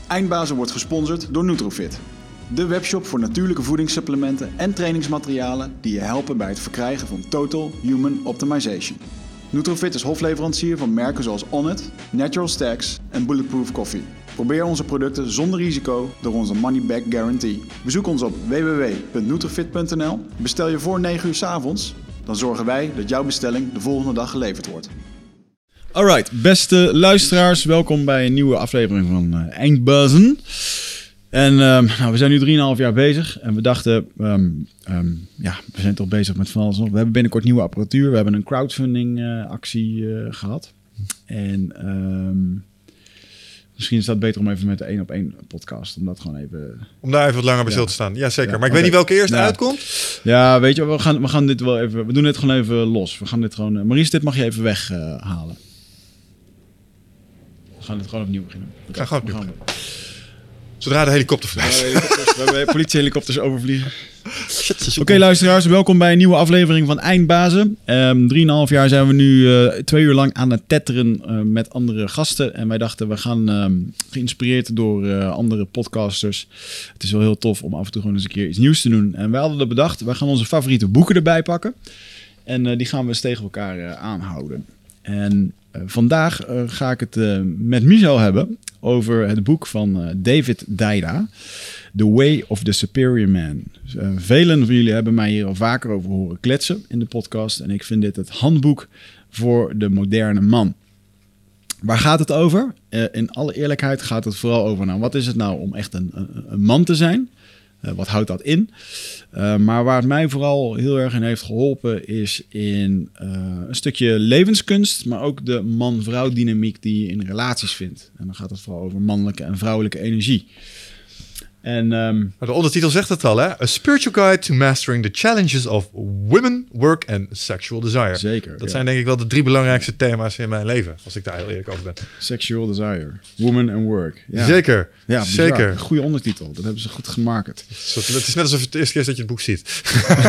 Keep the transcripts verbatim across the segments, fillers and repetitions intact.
Eindbazen wordt gesponsord door Nutrofit. De webshop voor natuurlijke voedingssupplementen en trainingsmaterialen die je helpen bij het verkrijgen van Total Human Optimization. Nutrofit is hofleverancier van merken zoals Onnit, Natural Stacks en Bulletproof Coffee. Probeer onze producten zonder risico door onze money back guarantee. Bezoek ons op w w w punt nutrofit punt n l. Bestel je voor negen uur 's avonds, dan zorgen wij dat jouw bestelling de volgende dag geleverd wordt. Alright, beste luisteraars, welkom bij een nieuwe aflevering van uh, Eindbazen. En um, nou, we zijn nu drieënhalf jaar bezig en we dachten, um, um, ja, we zijn toch bezig met van alles nog. We hebben binnenkort nieuwe apparatuur, we hebben een crowdfunding uh, actie uh, gehad. En um, misschien is dat beter om even met de één op één podcast, om dat gewoon even... Om daar even wat langer bij stil te staan, ja zeker. Ja, maar ik okay. weet niet welke eerst ja. uitkomt. Ja, weet je, we gaan, we gaan dit wel even, we doen dit gewoon even los. We gaan dit gewoon, uh, Maurice, dit mag je even weghalen. Uh, we gaan dit gewoon opnieuw beginnen. We gaan gewoon opnieuw beginnen. Zodra de helikopter vliegt. Ja, we hebben politiehelikopters overvliegen. Oké, okay, luisteraars, welkom bij een nieuwe aflevering van Eindbazen. Um, drieënhalf jaar zijn we nu uh, twee uur lang aan het tetteren uh, met andere gasten. En wij dachten, we gaan um, geïnspireerd door uh, andere podcasters. Het is wel heel tof om af en toe gewoon eens een keer iets nieuws te doen. En wij hadden er bedacht, wij gaan onze favoriete boeken erbij pakken. En uh, die gaan we eens tegen elkaar uh, aanhouden. En uh, vandaag uh, ga ik het uh, met Michel hebben over het boek van uh, David Deida, The Way of the Superior Man. Uh, velen van jullie hebben mij hier al vaker over horen kletsen in de podcast. En ik vind dit het handboek voor de moderne man. Waar gaat het over? Uh, in alle eerlijkheid gaat het vooral over, nou, wat is het nou om echt een, een, een man te zijn? Uh, wat houdt dat in? Uh, maar waar het mij vooral heel erg in heeft geholpen is in uh, een stukje levenskunst, maar ook de man-vrouw dynamiek die je in relaties vindt. En dan gaat het vooral over mannelijke en vrouwelijke energie. En, um, de ondertitel zegt het al, hè? A Spiritual Guide to Mastering the Challenges of Women, Work and Sexual Desire. Zeker. Dat ja. zijn denk ik wel de drie belangrijkste thema's in mijn leven, als ik daar heel eerlijk over ben. Sexual Desire, Woman and Work. Ja. Zeker, ja, zeker. Goede ondertitel, dat hebben ze goed gemarket. Het is net alsof het de eerste keer is dat je het boek ziet.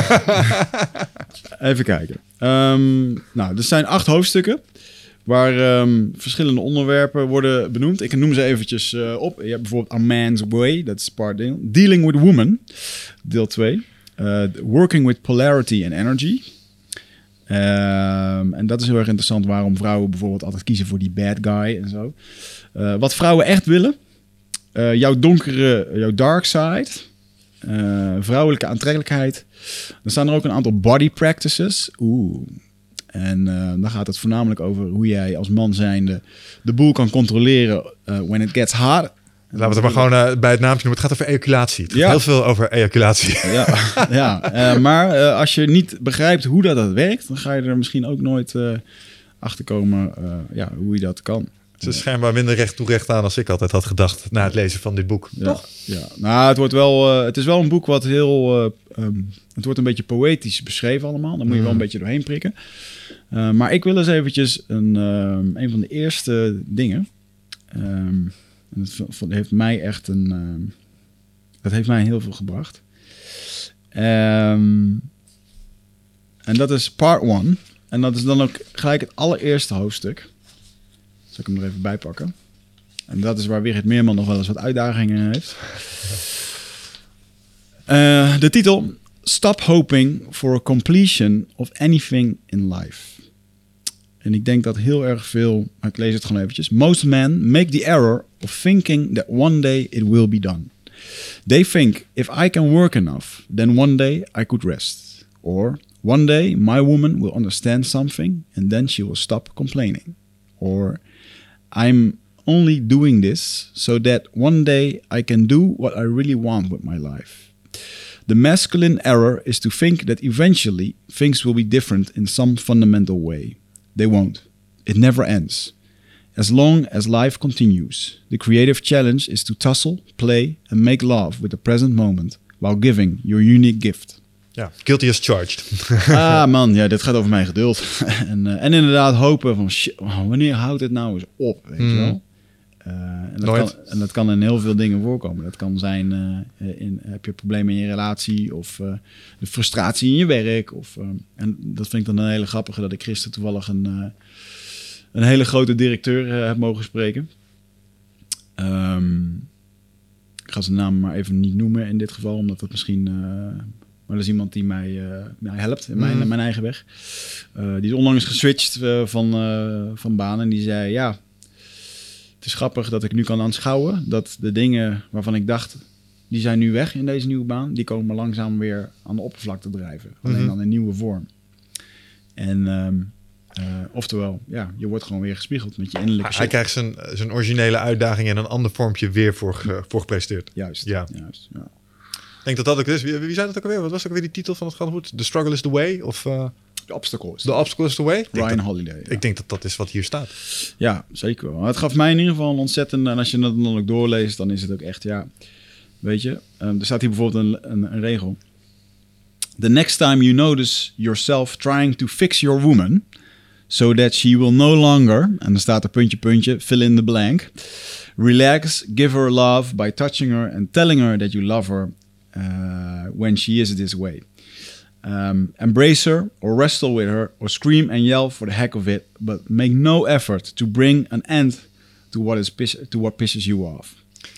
Even kijken. Um, nou, er zijn acht hoofdstukken waar um, verschillende onderwerpen worden benoemd. Ik noem ze eventjes uh, op. Je hebt bijvoorbeeld A Man's Way, dat is part deel. Dealing with Women, deel twee. Uh, working with Polarity and Energy. Um, en dat is heel erg interessant waarom vrouwen bijvoorbeeld altijd kiezen voor die bad guy en zo. Uh, wat vrouwen echt willen. Uh, jouw donkere, jouw dark side. Uh, vrouwelijke aantrekkelijkheid. Dan staan er ook een aantal body practices. Oeh. En uh, dan gaat het voornamelijk over hoe jij als man zijnde de boel kan controleren uh, when it gets hot. Laten we het maar gewoon uh, bij het naampje noemen. Het gaat over ejaculatie. Het gaat ja. heel veel over ejaculatie. Ja, ja. Uh, maar uh, als je niet begrijpt hoe dat, dat werkt, dan ga je er misschien ook nooit uh, achter komen uh, ja, hoe je dat kan. Ze is schijnbaar minder recht toe recht aan als ik altijd had gedacht na het lezen van dit boek. Ja, Toch? Ja. Nou, het wordt wel. Uh, het is wel een boek wat heel. Uh, um, het wordt een beetje poëtisch beschreven allemaal. Daar moet je wel een beetje doorheen prikken. Uh, maar ik wil eens eventjes een, um, een van de eerste dingen. Um, en dat heeft mij echt een. Um, dat heeft mij heel veel gebracht. Um, en dat is part one. En dat is dan ook gelijk het allereerste hoofdstuk. Zal ik hem er even bij pakken. En dat is waar Wigert Meerman nog wel eens wat uitdagingen heeft. Uh, de titel: Stop hoping for a completion of anything in life. En ik denk dat heel erg veel... Ik lees het gewoon eventjes. Most men make the error of thinking that one day it will be done. They think, if I can work enough, then one day I could rest. Or, one day my woman will understand something and then she will stop complaining. Or, I'm only doing this so that one day I can do what I really want with my life. The masculine error is to think that eventually things will be different in some fundamental way. They won't. It never ends. As long as life continues, the creative challenge is to tussle, play and make love with the present moment while giving your unique gift. Ja, guilty as charged. Ah man, ja, dit gaat over mijn geduld. en, uh, en inderdaad hopen van, shit, wanneer houdt het nou eens op, weet mm. je wel? Uh, en, dat kan, en dat kan in heel veel dingen voorkomen. Dat kan zijn, uh, in, heb je problemen in je relatie of uh, de frustratie in je werk. Of, uh, en dat vind ik dan een hele grappige dat ik gisteren toevallig een, uh, een hele grote directeur uh, heb mogen spreken. Um, ga zijn naam maar even niet noemen in dit geval, omdat het misschien... Uh, maar dat is iemand die mij, uh, mij helpt in mijn, mm. mijn eigen weg. Uh, die is onlangs geswitcht uh, van, uh, van baan en die zei... ja, het is grappig dat ik nu kan aanschouwen dat de dingen waarvan ik dacht... die zijn nu weg in deze nieuwe baan. Die komen langzaam weer aan de oppervlakte drijven. Alleen mm-hmm. dan in nieuwe vorm. En um, uh, oftewel, ja, je wordt gewoon weer gespiegeld met je innerlijke shit. Hij krijgt zijn, zijn originele uitdaging in een ander vormpje weer voor, ge, voor gepresenteerd. Juist, ja. juist. Ja. Ik denk dat dat ook is. Wie, wie zei dat ook alweer? Wat was ook weer die titel van het gaat goed? The Struggle is the Way? Of... Uh... The Obstacle is the, the Obstacle is the Way? Ryan dat, Holiday. Ja. Ik denk dat dat is wat hier staat. Ja, zeker wel. Het gaf mij in ieder geval een ontzettend... En als je dat dan ook doorleest, dan is het ook echt, ja... Weet je, um, er staat hier bijvoorbeeld een, een, een regel. The next time you notice yourself trying to fix your woman... so that she will no longer... En dan staat er puntje, puntje, fill in the blank... Relax, give her love by touching her... and telling her that you love her... Uh, when she is this way. Um, embrace her or wrestle with her or scream and yell for the heck of it, but make no effort to bring an end to what is piss- to what pisses you off.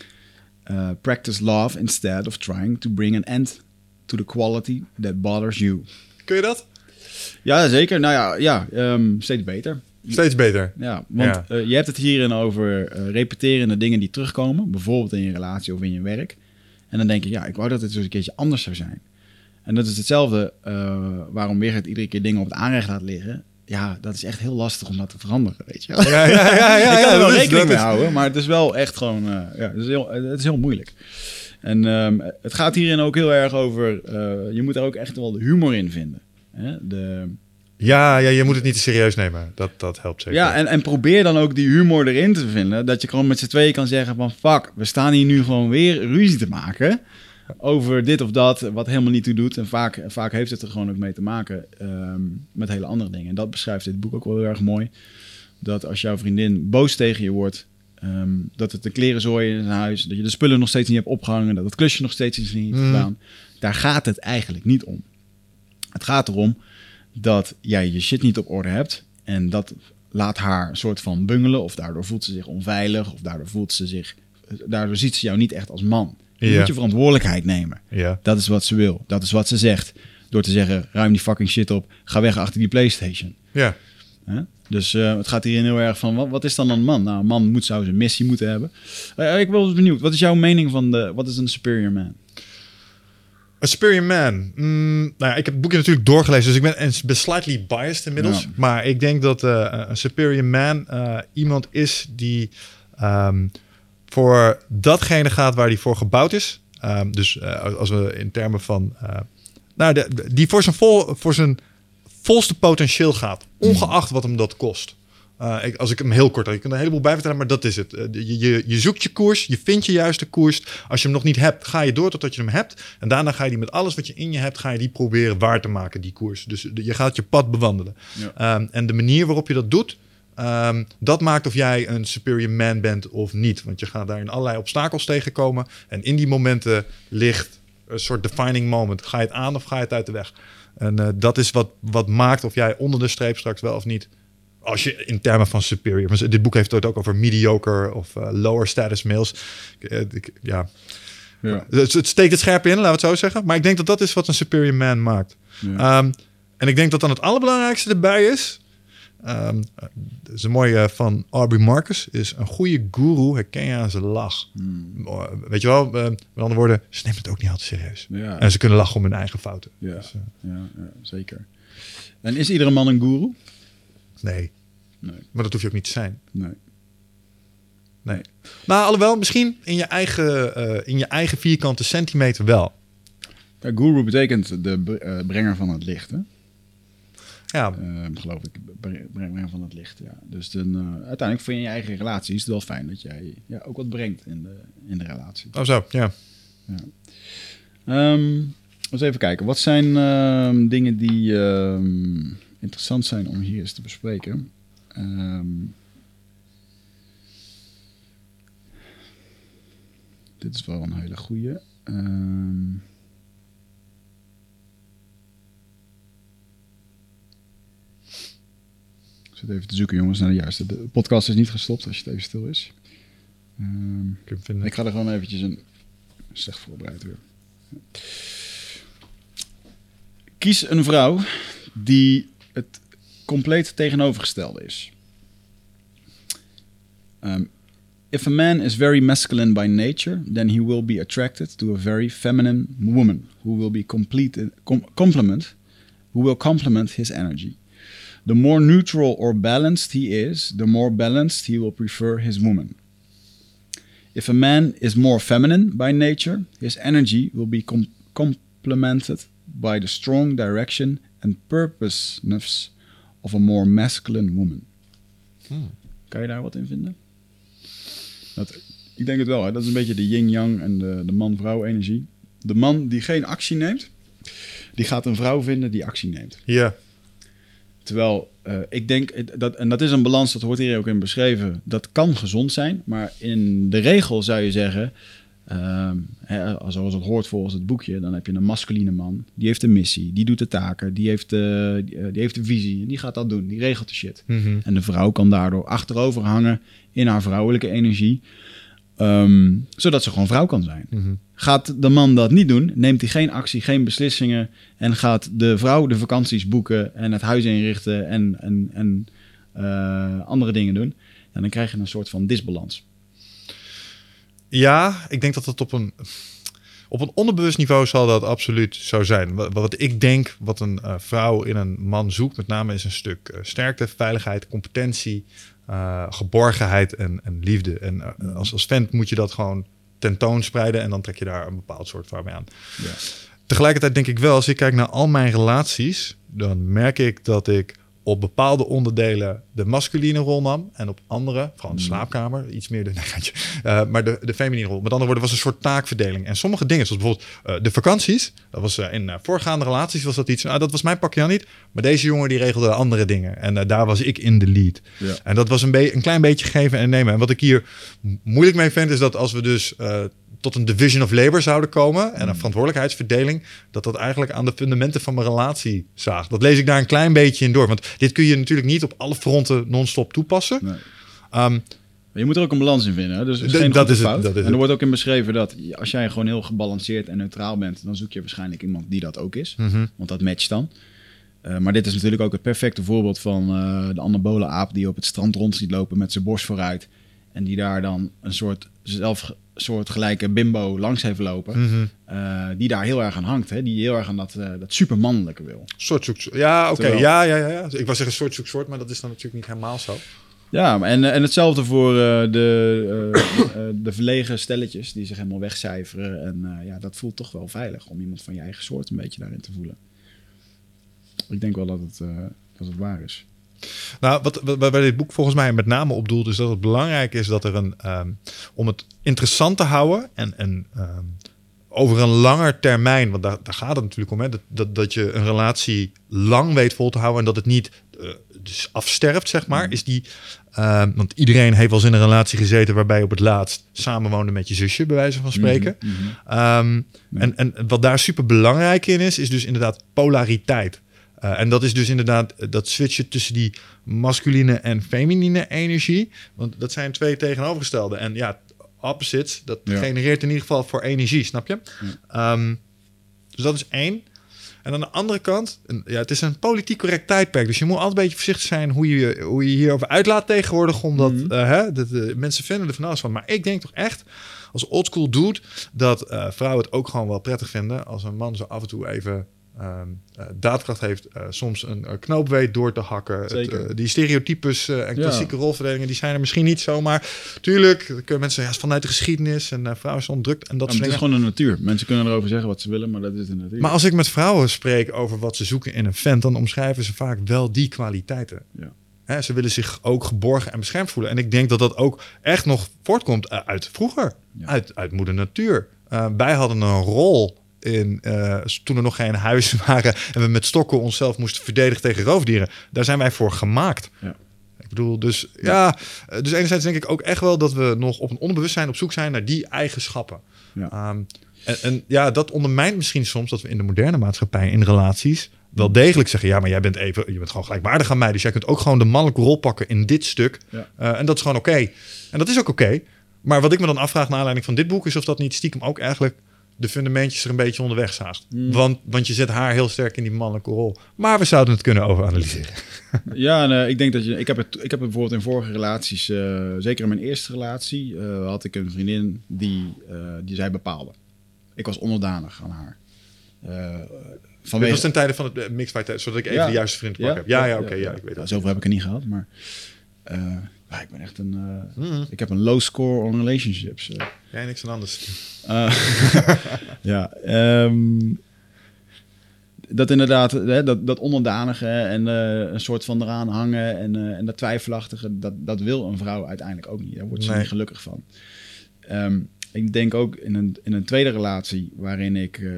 Uh, practice love instead of trying to bring an end to the quality that bothers you. Kun je dat? Ja, zeker. Nou ja, ja um, steeds beter. Steeds beter. Ja, want ja. Uh, je hebt het hierin over uh, repeterende dingen die terugkomen, bijvoorbeeld in je relatie of in je werk. En dan denk je, ja, ik wou dat het eens een keertje anders zou zijn. En dat is hetzelfde uh, waarom weer het iedere keer dingen op het aanrecht laat liggen. Ja, dat is echt heel lastig om dat te veranderen, weet je. Ja, ja, ja, ja, ik kan ja, er wel is, rekening mee is... houden, maar het is wel echt gewoon, uh, ja, het is heel, het is heel moeilijk. En um, het gaat hierin ook heel erg over, uh, je moet er ook echt wel de humor in vinden. Hè? De... Ja, ja, je moet het niet te serieus nemen. Dat, dat helpt zeker. Ja, en, en probeer dan ook die humor erin te vinden. Dat je gewoon met z'n tweeën kan zeggen van... fuck, we staan hier nu gewoon weer ruzie te maken... over dit of dat, wat helemaal niet toe doet. En vaak, vaak heeft het er gewoon ook mee te maken... Um, met hele andere dingen. En dat beschrijft dit boek ook wel heel erg mooi. Dat als jouw vriendin boos tegen je wordt... Um, dat het de kleren zooien in zijn huis... dat je de spullen nog steeds niet hebt opgehangen... dat het klusje nog steeds niet heeft gedaan... Mm. Daar gaat het eigenlijk niet om. Het gaat erom... dat jij je shit niet op orde hebt... en dat laat haar een soort van bungelen... of daardoor voelt ze zich onveilig... of daardoor voelt ze zich... daardoor ziet ze jou niet echt als man. Je ja. moet je verantwoordelijkheid nemen. Ja. Dat is wat ze wil. Dat is wat ze zegt. Door te zeggen, ruim die fucking shit op... ga weg achter die PlayStation. Ja. Huh? Dus uh, het gaat hierin heel erg van... wat, wat is dan een man? Nou, een man moet, zou zijn missie moeten hebben. Uh, ik ben wel benieuwd. Wat is jouw mening van de... wat is een superior man? A Superior Man. Mm, nou ja, ik heb het boekje natuurlijk doorgelezen, dus ik ben, ben slightly biased inmiddels. Ja. Maar ik denk dat uh, een Superior Man uh, iemand is die um, voor datgene gaat waar hij voor gebouwd is. Um, dus uh, als we in termen van... Uh, nou, de, de, die voor zijn, vol, voor zijn volste potentieel gaat, ongeacht wat hem dat kost. Uh, ik, als ik hem heel kort... Ik kan er een heleboel bij vertellen, maar dat is het. Uh, je, je, je zoekt je koers, je vindt je juiste koers. Als je hem nog niet hebt, ga je door totdat je hem hebt. En daarna ga je die met alles wat je in je hebt... ga je die proberen waar te maken, die koers. Dus de, je gaat je pad bewandelen. Ja. Um, en de manier waarop je dat doet... Um, dat maakt of jij een superior man bent of niet. Want je gaat daar in allerlei obstakels tegenkomen. En in die momenten ligt een soort defining moment. Ga je het aan of ga je het uit de weg? En uh, dat is wat, wat maakt of jij onder de streep straks wel of niet... Als je in termen van superior... Maar dit boek heeft het ook over mediocre of uh, lower status males. Uh, ik, ja. ja. Het, het steekt het scherp in, laten we het zo zeggen. Maar ik denk dat dat is wat een superior man maakt. Ja. Um, en ik denk dat dan het allerbelangrijkste erbij is... Um, dat is een mooie van Aubrey Marcus... is een goede guru herken je aan zijn lach. Hmm. Weet je wel, uh, met andere woorden... ze nemen het ook niet altijd serieus. Ja. En ze kunnen lachen om hun eigen fouten. Ja, dus, uh, ja, ja, zeker. En is iedere man een guru? Nee. nee. Maar dat hoef je ook niet te zijn. Nee. Nee. Maar alhoewel, misschien in je eigen, uh, in je eigen vierkante centimeter wel. Ja, guru betekent de uh, brenger van het licht, hè? Ja. Uh, geloof ik, brenger van het licht, ja. Dus dan, uh, uiteindelijk voor je, je eigen relatie is het wel fijn dat jij ja, ook wat brengt in de, in de relatie. Oh zo, ja. ja. Um, eens even kijken. Wat zijn uh, dingen die uh, interessant zijn om hier eens te bespreken? Um, dit is wel een hele goeie. Um, Ik zit even te zoeken, jongens, naar de juiste. De podcast is niet gestopt als je het even stil is. Um, ik, ik ga er gewoon eventjes een Slecht voorbereid weer. Kies een vrouw die het compleet tegenovergestelde is. Um, if a man is very masculine by nature, then he will be attracted to a very feminine woman who will be complete, com- complement, who will complement his energy. The more neutral or balanced he is, the more balanced he will prefer his woman. If a man is more feminine by nature, his energy will be com- complemented by the strong direction and purposeness of a more masculine woman. Hmm. Kan je daar wat in vinden? Dat, ik denk het wel, hè? Dat is een beetje de yin-yang en de, de man-vrouw energie. De man die geen actie neemt, die gaat een vrouw vinden die actie neemt. Ja. Yeah. Terwijl uh, ik denk, dat, en dat is een balans, dat wordt hier ook in beschreven, dat kan gezond zijn. Maar in de regel zou je zeggen, uh, hè, zoals het hoort volgens het boekje, dan heb je een masculine man. Die heeft een missie, die doet de taken, die heeft, uh, die, uh, die heeft een visie. En die gaat dat doen, die regelt de shit. Mm-hmm. En de vrouw kan daardoor achterover hangen in haar vrouwelijke energie. Um, zodat ze gewoon vrouw kan zijn. Mm-hmm. Gaat de man dat niet doen, neemt hij geen actie, geen beslissingen en gaat de vrouw de vakanties boeken en het huis inrichten en, en, en uh, andere dingen doen, en dan krijg je een soort van disbalans. Ja, ik denk dat dat op een, op een onderbewust niveau zal dat absoluut zo zijn. Wat, wat ik denk, wat een uh, vrouw in een man zoekt, met name is een stuk uh, sterkte, veiligheid, competentie, uh, geborgenheid en, en liefde. En uh, als, als vent moet je dat gewoon tentoonspreiden en dan trek je daar een bepaald soort vrouw mee aan. Ja. Tegelijkertijd denk ik wel, als ik kijk naar al mijn relaties, dan merk ik dat ik op bepaalde onderdelen de masculine rol nam en op andere, vooral in de slaapkamer, iets meer de, nee, uh, maar de, de feminine rol. Met andere woorden, was een soort taakverdeling. En sommige dingen, zoals bijvoorbeeld uh, de vakanties, dat was uh, in uh, voorgaande relaties was dat iets, nou, dat was mijn pakje aan niet, maar deze jongen die regelde andere dingen. En uh, daar was ik in de lead. Ja. En dat was een, be- een klein beetje geven en nemen. En wat ik hier moeilijk mee vind, is dat als we dus uh, tot een division of labor zouden komen en een verantwoordelijkheidsverdeling, dat dat eigenlijk aan de fundamenten van mijn relatie zaagt. Dat lees ik daar een klein beetje in door. Want dit kun je natuurlijk niet op alle fronten non-stop toepassen. Nee. Um, je moet er ook een balans in vinden. Hè? Dus is d- geen dat is fout. Het, dat is en er het. wordt ook in beschreven dat als jij gewoon heel gebalanceerd en neutraal bent, dan zoek je waarschijnlijk iemand die dat ook is. Mm-hmm. Want dat matcht dan. Uh, maar dit is natuurlijk ook het perfecte voorbeeld van uh, de anabole aap die op het strand rond ziet lopen met zijn borst vooruit. En die daar dan een soort zelf soort gelijke bimbo langs heeft lopen. Mm-hmm. Uh, die daar heel erg aan hangt. Hè? Die heel erg aan dat, uh, dat supermannelijke wil. Soort zoek soort. Ja, oké. Okay. Ja, ja, ja, ja. Ik wou zeggen soort zoek soort, maar dat is dan natuurlijk niet helemaal zo. Ja, en, en hetzelfde voor uh, de, uh, uh, de verlegen stelletjes die zich helemaal wegcijferen. En uh, ja, dat voelt toch wel veilig om iemand van je eigen soort een beetje daarin te voelen. Ik denk wel dat het, uh, dat het waar is. Nou, wat, wat bij dit boek volgens mij met name op doelt, is dat het belangrijk is dat er een, um, om het interessant te houden en, en um, over een langer termijn, want daar, daar gaat het natuurlijk om, hè, dat, dat, dat je een relatie lang weet vol te houden en dat het niet uh, dus afsterft, zeg maar, mm. is die, uh, want iedereen heeft wel eens in een relatie gezeten waarbij je op het laatst samenwoonde met je zusje, bij wijze van spreken. Mm-hmm. Um, mm. en, en wat daar super belangrijk in is, is dus inderdaad polariteit. Uh, en dat is dus inderdaad dat switchen tussen die masculine en feminine energie. Want dat zijn twee tegenovergestelde. En ja, opposites, dat ja. genereert in ieder geval voor energie, snap je? Ja. Um, dus dat is één. En aan de andere kant, ja, het is een politiek correct tijdperk. Dus je moet altijd een beetje voorzichtig zijn hoe je hoe je hierover uitlaat tegenwoordig. Omdat mm-hmm. uh, hè, dat, uh, mensen vinden er van alles van. Maar ik denk toch echt, als oldschool dude, dat uh, vrouwen het ook gewoon wel prettig vinden als een man zo af en toe even Um, uh, daadkracht heeft, uh, soms een uh, knoop weet door te hakken. Het, uh, die stereotypes uh, en klassieke ja. rolverdelingen, die zijn er misschien niet zomaar. Tuurlijk, dan kunnen mensen zeggen, ja, vanuit de geschiedenis en uh, vrouwen zijn onderdrukt. En dat ja, het is gewoon de natuur. Mensen kunnen erover zeggen wat ze willen, maar dat is de natuur. Maar als ik met vrouwen spreek over wat ze zoeken in een vent, dan omschrijven ze vaak wel die kwaliteiten. Ja. Hè, ze willen zich ook geborgen en beschermd voelen. En ik denk dat dat ook echt nog voortkomt uit vroeger. Ja. Uit, uit moeder natuur. Uh, wij hadden een rol in, uh, toen er nog geen huizen waren en we met stokken onszelf moesten verdedigen tegen roofdieren. Daar zijn wij voor gemaakt. Ja. Ik bedoel, dus ja, ja, dus enerzijds denk ik ook echt wel dat we nog op een onderbewustzijn op zoek zijn naar die eigenschappen. Ja. Um, en, en ja, dat ondermijnt misschien soms dat we in de moderne maatschappij in relaties wel degelijk zeggen, ja, maar jij bent even, je bent gewoon gelijkwaardig aan mij, dus jij kunt ook gewoon de mannelijke rol pakken in dit stuk. Ja. Uh, en dat is gewoon oké. Okay. En dat is ook oké. Okay. Maar wat ik me dan afvraag naar aanleiding van dit boek... is of dat niet stiekem ook eigenlijk... de fundamentjes er een beetje onderweg zaagt. Mm. Want, want je zet haar heel sterk in die mannelijke rol. Maar we zouden het kunnen overanalyseren. Ja, nee, ik denk dat je... Ik heb het, ik heb het bijvoorbeeld in vorige relaties... Uh, zeker in mijn eerste relatie... Uh, had ik een vriendin die, uh, die zij bepaalde. Ik was onderdanig aan haar. Uh, vanwege... Dit was ten tijde van het mixfight, zodat ik even ja. de juiste vriend pak ja, heb. Ja, ja, ja oké. Okay, ja, ja, ik weet dat. Zoveel heb ik er niet gehad, maar... Uh, ja, ik ben echt een... Uh, mm. Ik heb een low score on relationships. Uh. Jij niks aan anders. Uh, ja, um, dat inderdaad, hè, dat, dat onderdanige en uh, een soort van eraan hangen en, uh, en dat twijfelachtige, dat, dat wil een vrouw uiteindelijk ook niet. Daar wordt ze nee. niet gelukkig van. Um, ik denk ook in een, in een tweede relatie waarin ik, uh,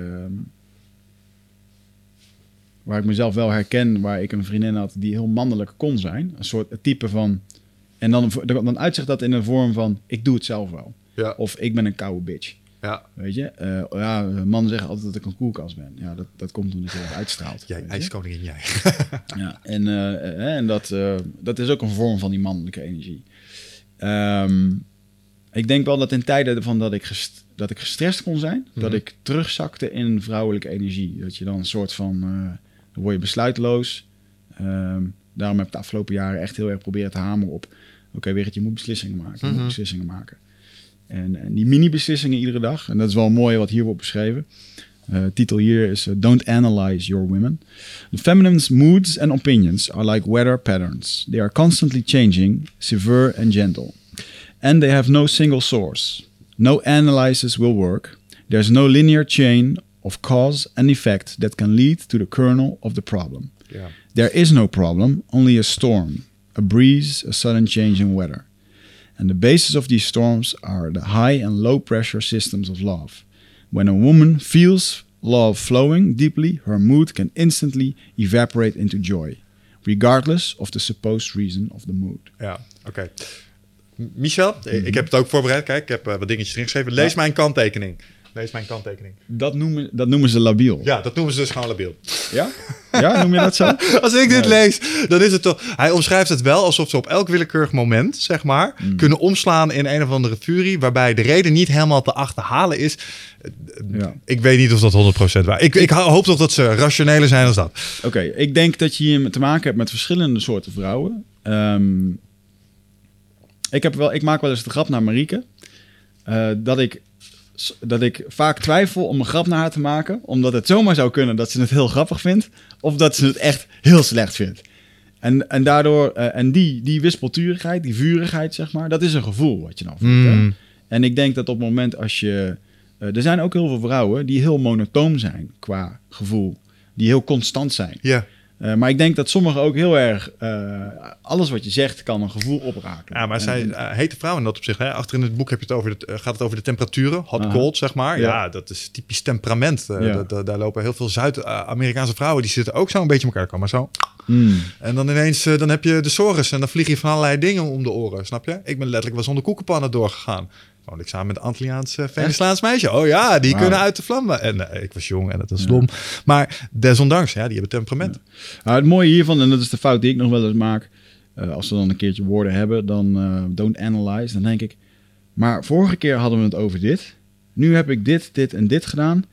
waar ik mezelf wel herken, waar ik een vriendin had die heel mannelijk kon zijn. Een soort het type van, en dan, dan uitzicht dat in een vorm van, ik doe het zelf wel. Ja. Of ik ben een koude bitch. Ja. Weet je? Uh, ja, mannen zeggen altijd dat ik een koelkast ben. Ja, dat, dat komt omdat je dat uitstraalt. Jij, ijskoningin, jij. Ja, en, uh, en dat, uh, dat is ook een vorm van die mannelijke energie. Um, ik denk wel dat in tijden van dat ik, gest, dat ik gestrest kon zijn, mm-hmm. dat ik terugzakte in vrouwelijke energie. Dat je dan een soort van, uh, dan word je besluiteloos. Um, daarom heb ik de afgelopen jaren echt heel erg proberen te hameren op, oké, okay, Wigert, je moet beslissingen maken. Je mm-hmm. moet beslissingen maken. En, en die mini-beslissingen iedere dag. En dat is wel mooi wat hier wordt beschreven. Uh, titel hier is uh, Don't Analyze Your Women. The feminine's moods and opinions are like weather patterns. They are constantly changing, severe and gentle. And they have no single source. No analysis will work. There's no linear chain of cause and effect that can lead to the kernel of the problem. Yeah. There is no problem, only a storm, a breeze, a sudden change in weather. And the basis of these storms are the high and low pressure systems of love. When a woman feels love flowing deeply, her mood can instantly evaporate into joy, regardless of the supposed reason of the mood. Ja, oké. Okay. Michel, mm-hmm. ik heb het ook voorbereid. Kijk, ik heb uh, wat dingetjes erin geschreven. Lees ja. mijn kanttekening. Lees mijn kanttekening. Dat noemen, dat noemen ze labiel. Ja, dat noemen ze dus gewoon labiel. Ja? Ja, noem je dat zo? Als ik dit nee. lees, dan is het toch... Hij omschrijft het wel alsof ze op elk willekeurig moment, zeg maar, mm. kunnen omslaan in een of andere furie, waarbij de reden niet helemaal te achterhalen is. Ja. Ik weet niet of dat honderd procent waar is. Ik, ik hoop toch dat ze rationeler zijn dan dat. Oké, okay, ik denk dat je hier te maken hebt met verschillende soorten vrouwen. Um, ik, heb wel, ik maak wel eens de grap naar Marieke, uh, dat ik... dat ik vaak twijfel om een grap naar haar te maken, omdat het zomaar zou kunnen dat ze het heel grappig vindt, of dat ze het echt heel slecht vindt. En, en daardoor, uh, en die, die wispelturigheid, die vurigheid, zeg maar, dat is een gevoel wat je dan voelt. Mm. Hè? En ik denk dat op het moment als je... Uh, er zijn ook heel veel vrouwen die heel monotoom zijn qua gevoel, die heel constant zijn. Ja. Yeah. Uh, maar ik denk dat sommigen ook heel erg... Uh, alles wat je zegt kan een gevoel opraken. Ja, maar en, zij uh, hete vrouwen dat op zich. Hè? Achter in het boek heb je het over de, uh, gaat het over de temperaturen. Hot, uh-huh. cold, zeg maar. Ja. ja, dat is typisch temperament. Uh, ja. d- d- daar lopen heel veel Zuid-Amerikaanse vrouwen... die zitten ook zo een beetje in elkaar. Maar zo. Mm. En dan ineens uh, dan heb je de sores... en dan vlieg je van allerlei dingen om de oren. Snap je? Ik ben letterlijk wel zonder koekenpannen doorgegaan. Woon ik samen met een Antilliaans uh, Venezolaans meisje. Oh ja, die wow. kunnen uit de vlammen. En uh, ik was jong en dat was ja. dom. Maar desondanks, ja, die hebben temperament. Ja. Nou, het mooie hiervan, en dat is de fout die ik nog wel eens maak... Uh, als we dan een keertje woorden hebben, dan uh, don't analyze. Dan denk ik, maar vorige keer hadden we het over dit. Nu heb ik dit, dit en dit gedaan.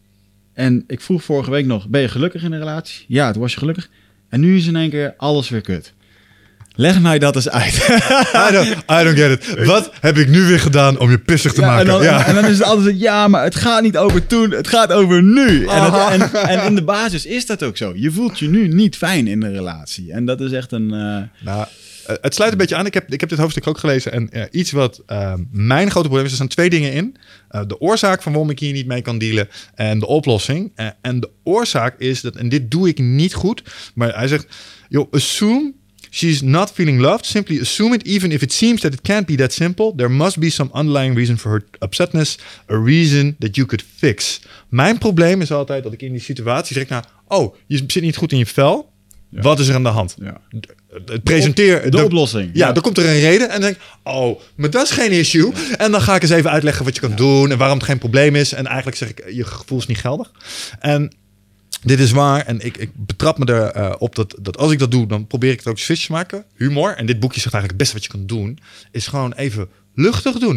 En ik vroeg vorige week nog, ben je gelukkig in een relatie? Ja, toen was je gelukkig. En nu is in één keer alles weer kut. Leg mij dat eens uit. I, don't, I don't get it. Wat heb ik nu weer gedaan om je pissig te ja, maken? En dan, ja. en dan is het altijd, ja, maar het gaat niet over toen, het gaat over nu. En, het, en, en in de basis is dat ook zo. Je voelt je nu niet fijn in een relatie. En dat is echt een... Uh... Nou, het sluit een beetje aan. Ik heb, ik heb dit hoofdstuk ook gelezen. En uh, iets wat uh, mijn grote probleem is, er staan twee dingen in. Uh, de oorzaak van waarom ik hier niet mee kan dealen. En de oplossing. Uh, en de oorzaak is dat, en dit doe ik niet goed. Maar hij zegt, joh, assume... She's not feeling loved. Simply assume it, even if it seems that it can't be that simple. There must be some underlying reason for her upsetness. A reason that you could fix. Mijn probleem is altijd dat ik in die situatie zeg, nou, oh, je zit niet goed in je vel. Ja. Wat is er aan de hand? Ja. Presenteer de, de, de oplossing. Ja, ja, dan komt er een reden en dan denk ik, oh, maar dat is geen issue. Ja. En dan ga ik eens even uitleggen wat je kan ja. doen en waarom het geen probleem is. En eigenlijk zeg ik, je gevoel is niet geldig. En dit is waar en ik, ik betrap me erop uh, op dat, dat als ik dat doe, dan probeer ik het ook switch te maken. Humor. En dit boekje zegt eigenlijk het beste wat je kan doen, is gewoon even luchtig doen.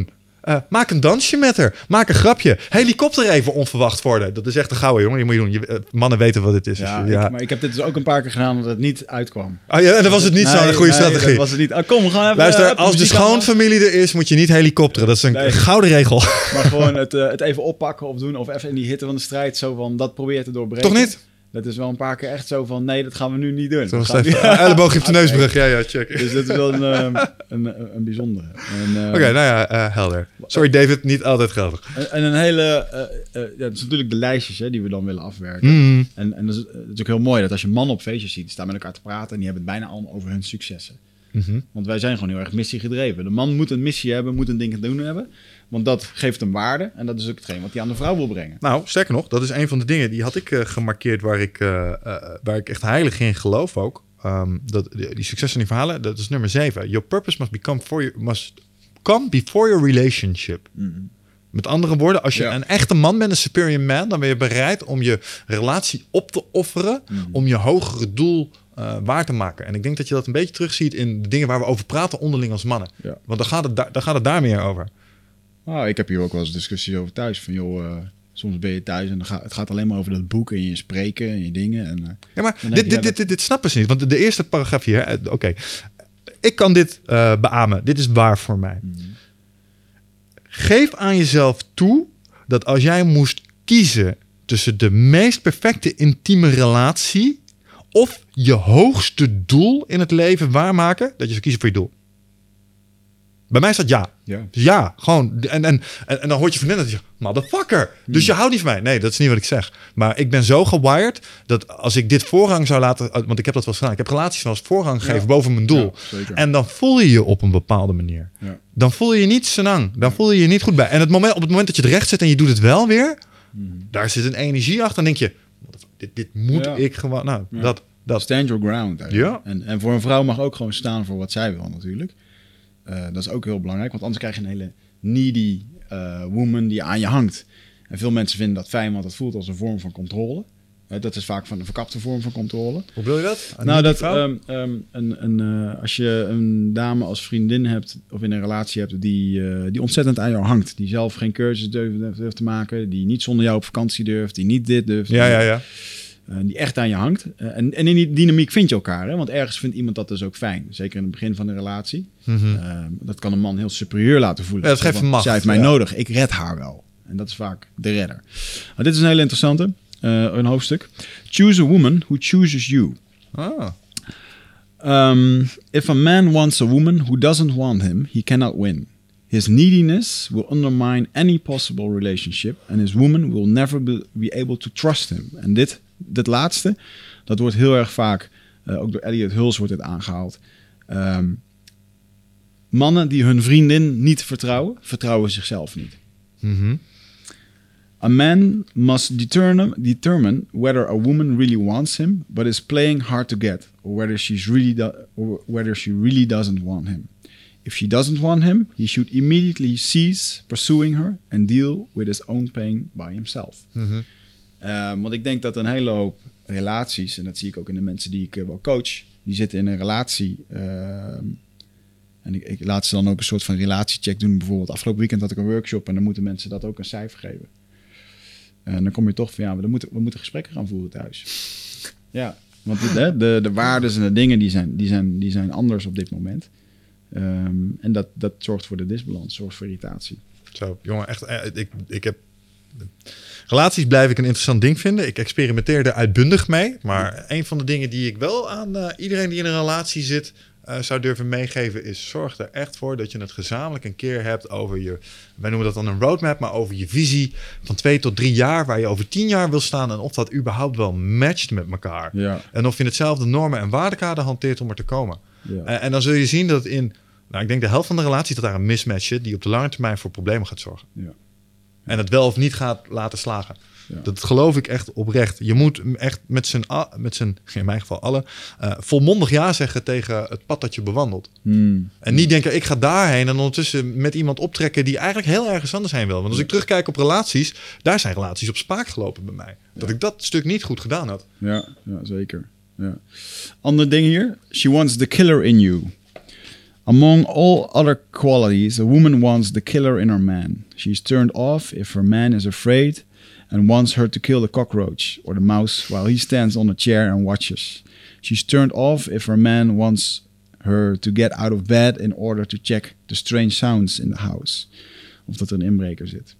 Uh, maak een dansje met haar. Maak een grapje. Helikopter even onverwacht worden. Dat is echt een gouden, jongen. Je moet je doen. Je, uh, mannen weten wat dit is. Ja, dus, ja. Ik, maar ik heb dit dus ook een paar keer gedaan dat het niet uitkwam. Oh ja, en dan was het niet nee, zo'n goede nee, strategie. Dat was het niet. Oh, kom, we gaan even... Luister, uh, als de schoonfamilie er is, moet je niet helikopteren. Dat is een nee. gouden regel. Maar gewoon het, uh, het even oppakken of doen. Of even in die hitte van de strijd. Zo van, dat probeer je te doorbreken. Toch niet? Dat is wel een paar keer echt zo van, nee, dat gaan we nu niet doen. Zo even, niet... elleboog op de neusbrug, ja, ja, check. Dus dat is wel een, um, een, een bijzondere. Uh, Oké, okay, nou ja, uh, helder. Sorry David, niet altijd geldig. En, en een hele, uh, uh, ja, dat is natuurlijk de lijstjes hè, die we dan willen afwerken. Mm. En, en dat is, uh, dat is ook heel mooi, dat als je mannen op feestjes ziet, die staan met elkaar te praten en die hebben het bijna allemaal over hun successen. Mm-hmm. Want wij zijn gewoon heel erg missiegedreven. De man moet een missie hebben, moet een ding te doen hebben. Want dat geeft hem waarde. En dat is ook hetgeen wat hij aan de vrouw wil brengen. Nou, sterker nog, dat is een van de dingen die had ik uh, gemarkeerd waar ik, uh, uh, waar ik echt heilig in geloof ook. Um, dat, die, die succes en die verhalen, dat is nummer zeven. Your purpose must become for you, must come before your relationship. Mm-hmm. Met andere woorden, als je ja. een echte man bent, een superior man, dan ben je bereid om je relatie op te offeren, mm-hmm. om je hogere doel Uh, waar te maken. En ik denk dat je dat een beetje terugziet in de dingen waar we over praten onderling als mannen. Ja. Want dan gaat, het da- dan gaat het daar meer over. Nou, ik heb hier ook wel eens discussies over thuis. Van joh, uh, soms ben je thuis en dan gaat, het gaat alleen maar over dat boek en je spreken en je dingen. En, uh, ja, maar dit, dit, dit, dit, dit, dit snappen ze niet. Want de, de eerste paragraaf hier, oké. Okay. Ik kan dit uh, beamen. Dit is waar voor mij. Mm-hmm. Geef aan jezelf toe dat als jij moest kiezen tussen de meest perfecte intieme relatie of je hoogste doel in het leven waarmaken, dat je zou kiezen voor je doel. Bij mij staat ja. Ja, dus ja gewoon. En, en, en, en dan hoort je vriendin dat je zegt, motherfucker. Hmm. Dus je houdt niet van mij. Nee, dat is niet wat ik zeg. Maar ik ben zo gewired dat als ik dit voorrang zou laten, want ik heb dat wel eens gedaan. Ik heb relaties wel eens voorrang gegeven ja. boven mijn doel. Ja, en dan voel je je op een bepaalde manier. Ja. Dan voel je je niet senang. Dan voel je je niet goed bij. En het moment, op het moment dat je het recht zet en je doet het wel weer, hmm. daar zit een energie achter. Dan denk je, dit, dit moet ja. ik gewoon. Nou, ja. dat. Dat. Stand your ground. Ja. En, en voor een vrouw mag ook gewoon staan voor wat zij wil natuurlijk. Uh, dat is ook heel belangrijk, want anders krijg je een hele needy uh, woman die aan je hangt. En veel mensen vinden dat fijn, want dat voelt als een vorm van controle. Uh, dat is vaak van een verkapte vorm van controle. Hoe bedoel je dat? Een nou, dat um, um, een, een, uh, als je een dame als vriendin hebt of in een relatie hebt die, uh, die ontzettend aan jou hangt. Die zelf geen cursus durft, durft te maken, die niet zonder jou op vakantie durft, die niet dit durft. Ja, ja, ja. Uh, die echt aan je hangt. Uh, en, en in die dynamiek vind je elkaar. Hè? Want ergens vindt iemand dat dus ook fijn. Zeker in het begin van de relatie. Mm-hmm. Uh, dat kan een man heel superieur laten voelen. Ja, dat geeft van, macht. Zij heeft mij ja. nodig. Ik red haar wel. En dat is vaak de redder. Maar dit is een hele interessante. Uh, een hoofdstuk. Choose a woman who chooses you. Ah. Um, if a man wants a woman who doesn't want him, he cannot win. His neediness will undermine any possible relationship. And his woman will never be, be able to trust him. En dit... Dit laatste, dat wordt heel erg vaak, uh, ook door Elliot Hulse wordt dit aangehaald. Um, mannen die hun vriendin niet vertrouwen, vertrouwen zichzelf niet. Mm-hmm. A man must determine, determine whether a woman really wants him, but is playing hard to get, or whether she's really do, or whether she really doesn't want him. If she doesn't want him, he should immediately cease pursuing her and deal with his own pain by himself. Mm-hmm. Uh, want ik denk dat een hele hoop relaties, en dat zie ik ook in de mensen die ik uh, wel coach, die zitten in een relatie. Uh, en ik, ik laat ze dan ook een soort van relatiecheck doen. Bijvoorbeeld afgelopen weekend had ik een workshop en dan moeten mensen dat ook een cijfer geven. Uh, en dan kom je toch van ja, we moeten, we moeten gesprekken gaan voeren thuis. Ja, want de, de, de waarden en de dingen die zijn, die zijn, die zijn anders op dit moment. Um, en dat, dat zorgt voor de disbalans, zorgt voor irritatie. Zo, jongen, echt, ik, ik heb... Relaties blijf ik een interessant ding vinden. Ik experimenteer er uitbundig mee. Maar een van de dingen die ik wel aan uh, iedereen die in een relatie zit uh, zou durven meegeven is: zorg er echt voor dat je het gezamenlijk een keer hebt over je, wij noemen dat dan een roadmap, maar over je visie van twee tot drie jaar, waar je over tien jaar wil staan en of dat überhaupt wel matcht met elkaar. Ja. En of je hetzelfde normen en waardekader hanteert om er te komen. Ja. En, en dan zul je zien dat in, nou, ik denk de helft van de relaties dat daar een mismatch zit die op de lange termijn voor problemen gaat zorgen. Ja. En het wel of niet gaat laten slagen. Ja. Dat geloof ik echt oprecht. Je moet echt met z'n, met z'n in mijn geval alle, uh, volmondig ja zeggen tegen het pad dat je bewandelt. Hmm. En niet denken, ik ga daarheen en ondertussen met iemand optrekken die eigenlijk heel ergens anders heen wil. Want als ja. ik terugkijk op relaties, daar zijn relaties op spaak gelopen bij mij. Dat Ja. ik dat stuk niet goed gedaan had. Ja, ja zeker. Ja. Ander ding hier. She wants the killer in you. Among all other qualities, a woman wants the killer in her man. She is turned off if her man is afraid and wants her to kill the cockroach or the mouse while he stands on a chair and watches. She's turned off if her man wants her to get out of bed in order to check the strange sounds in the house. Of dat er een inbreker zit.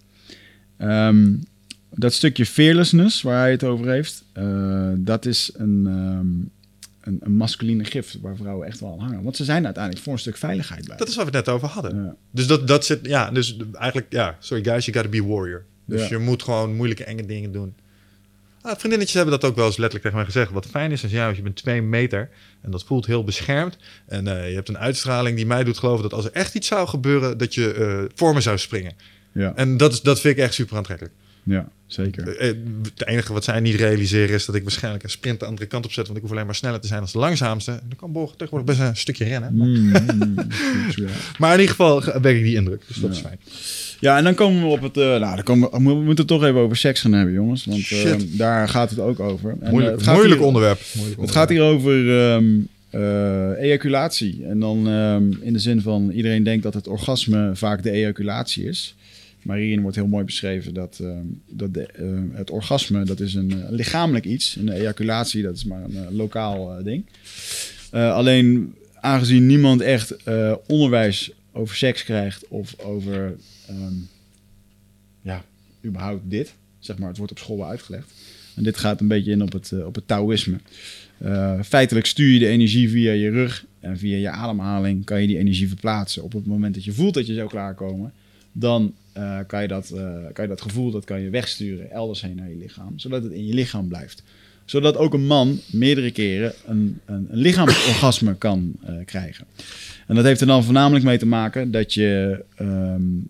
Um, dat stukje fearlessness waar hij het over heeft, uh, dat is een, um, een, een masculine gif waar vrouwen echt wel aan hangen. Want ze zijn uiteindelijk voor een stuk veiligheid bij. Dat is waar we het net over hadden. Ja. Dus dat, dat zit, ja, dus eigenlijk, ja, sorry guys, you gotta be warrior. Dus Ja. je moet gewoon moeilijke, enge dingen doen. Ah, vriendinnetjes hebben dat ook wel eens letterlijk tegen mij gezegd. Wat fijn is, is ja, als je bent twee meter en dat voelt heel beschermd. En uh, je hebt een uitstraling die mij doet geloven dat als er echt iets zou gebeuren, dat je uh, voor me zou springen. Ja, En dat, is, dat vind ik echt super aantrekkelijk. ja zeker. Uh, het enige wat zij niet realiseren is dat ik waarschijnlijk een sprint de andere kant op zet. Want ik hoef alleen maar sneller te zijn als de langzaamste. En dan kan Borg tegenwoordig best een stukje rennen. Mm, mm, ja. Maar in ieder geval wek ik die indruk. Dus dat Ja. is fijn. Ja, en dan komen we op het... Uh, nou, dan komen we, we moeten het toch even over seks gaan hebben, jongens. Want uh, Shit. daar gaat het ook over. En, Moeilijk, uh, het gaat moeilijk hier, onderwerp. Moeilijk Het onderwerp. gaat hier over um, uh, ejaculatie. En dan um, in de zin van... Iedereen denkt dat het orgasme vaak de ejaculatie is. Maar hierin wordt heel mooi beschreven dat, um, dat de, uh, het orgasme... dat is een uh, lichamelijk iets. En de ejaculatie, dat is maar een uh, lokaal uh, ding. Uh, alleen aangezien niemand echt uh, onderwijs over seks krijgt... of over... Um, ja, überhaupt dit. Zeg maar, het wordt op school wel uitgelegd. En dit gaat een beetje in op het, uh, op het Taoïsme. Uh, feitelijk stuur je de energie via je rug en via je ademhaling kan je die energie verplaatsen. Op het moment dat je voelt dat je zou klaarkomen, dan uh, kan, je dat, uh, kan je dat gevoel dat kan je wegsturen elders heen naar je lichaam, zodat het in je lichaam blijft. Zodat ook een man meerdere keren een, een, een lichaamsorgasme kan uh, krijgen. En dat heeft er dan voornamelijk mee te maken dat je... Um,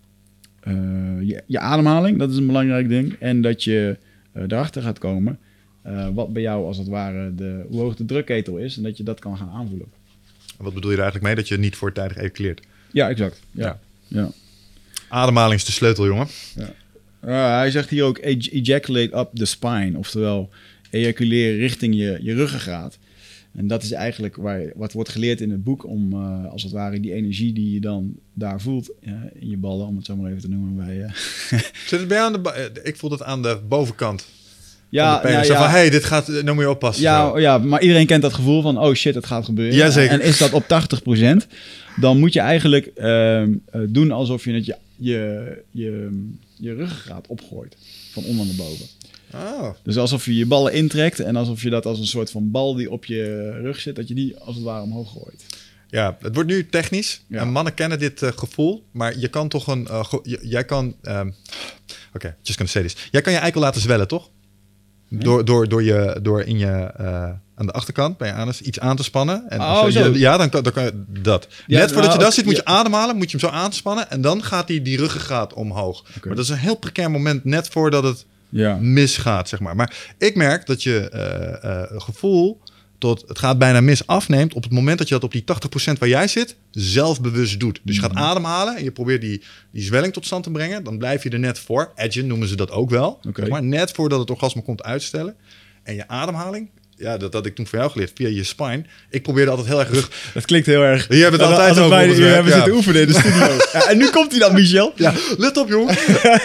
Uh, je, je ademhaling, dat is een belangrijk ding. En dat je uh, erachter gaat komen uh, wat bij jou als het ware de, hoe hoog de drukketel is. En dat je dat kan gaan aanvoelen. Wat bedoel je er eigenlijk mee? Dat je niet voortijdig ejaculeert? Ja, exact. Ja. Ja. Ja. Ademhaling is de sleutel, jongen. Ja. Uh, hij zegt hier ook ej- ejaculate up the spine. Oftewel ejaculeren richting je, je ruggengraat. En dat is eigenlijk waar, wat wordt geleerd in het boek om uh, als het ware die energie die je dan daar voelt uh, in je ballen, om het zo maar even te noemen. Bij, uh... Zit het bij jou aan de... ba- Ik voel het aan de bovenkant. Ja, van de penis. nou, Zo ja. van, hey, dit gaat... Nou moet je oppassen. Ja, zo. ja, maar iedereen kent dat gevoel van, oh shit, het gaat gebeuren. Jazeker. En is dat op tachtig procent, dan moet je eigenlijk uh, uh, doen alsof je het je, je, je, je ruggengraat opgooit. Van onder naar boven. Oh. Dus alsof je je ballen intrekt en alsof je dat als een soort van bal die op je rug zit, dat je die als het ware omhoog gooit. Ja, het wordt nu technisch. Ja. En mannen kennen dit uh, gevoel. Maar je kan toch een... Uh, ge- j- jij kan... Um, Oké, okay, just gonna say this. Jij kan je eikel laten zwellen, toch? Nee. Door, door, door, je, door in je... Uh, aan de achterkant bij je anus iets aan te spannen. En Oh, zo, zo. Je, ja, dan kan, dan kan je dat. Ja, Net voordat nou, je daar zit, moet ja. je ademhalen. Moet je hem zo aanspannen. En dan gaat die, die ruggengraat omhoog. Okay. Maar dat is een heel precair moment net voordat het Ja. misgaat, zeg maar. Maar ik merk dat je uh, uh, gevoel tot het gaat bijna mis afneemt op het moment dat je dat op die tachtig procent waar jij zit zelfbewust doet. Dus je gaat ademhalen en je probeert die, die zwelling tot stand te brengen. Dan blijf je er net voor. Edgen noemen ze dat ook wel. Okay. Zeg maar net voordat het orgasme komt uitstellen. En je ademhaling, ja, dat had ik toen voor jou geleerd via je spine. Ik probeerde altijd heel erg rug. Dat klinkt heel erg... Je hebt het altijd alsof over wij op het hier werk, hebben ja. zitten oefenen in de studio. Ja, en nu komt hij dan, Michel. Ja, let op, jongen.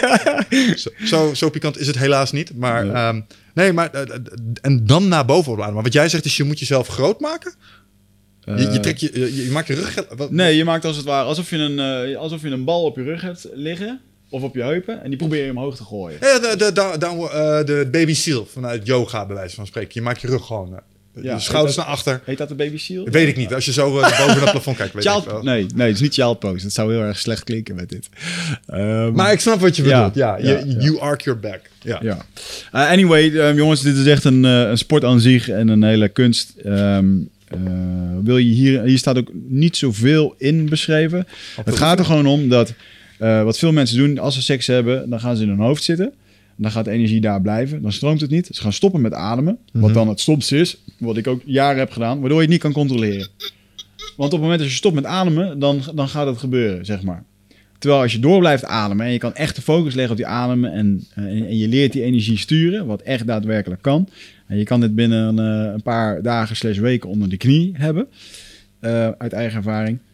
zo, zo, zo pikant is het helaas niet. Maar Ja. um, nee, maar uh, en dan naar boven opladen. Maar wat jij zegt is, je moet jezelf groot maken. Je, je, Uh, trekt je, je, je maakt je rug... Wat, Nee, je maakt als het ware alsof je, een, uh, alsof je een bal op je rug hebt liggen. Of op je heupen. En die probeer je omhoog te gooien. Ja, de, de, de, de, uh, de baby seal vanuit yoga, bij wijze van spreken. Je maakt je rug gewoon... Uh, Ja, je schouders heet naar achter. Heet dat de baby seal? Weet ik niet. Als je zo uh, boven het plafond kijkt, weet ik Child, wel. nee, nee, het is niet child pose. Dat zou heel erg slecht klinken met dit. Um, Maar ik snap wat je Ja, bedoelt. Ja, ja, je, ja. you arc your back. Ja. Ja. Uh, anyway, um, jongens, dit is echt een, uh, een sport aan zich en een hele kunst. Um, uh, wil je hier, hier staat ook niet zoveel in beschreven. Het gaat er gewoon om dat uh, wat veel mensen doen, als ze seks hebben, dan gaan ze in hun hoofd zitten. Dan gaat de energie daar blijven. Dan stroomt het niet. Ze gaan stoppen met ademen. Wat Mhm. dan het stomste is. Wat ik ook jaren heb gedaan. Waardoor je het niet kan controleren. Want op het moment dat je stopt met ademen, dan, dan gaat het gebeuren, zeg maar. Terwijl als je door blijft ademen en je kan echt de focus leggen op die ademen en, en, en je leert die energie sturen, wat echt daadwerkelijk kan. En je kan dit binnen een, een paar dagen slash weken onder de knie hebben, uh, uit eigen ervaring.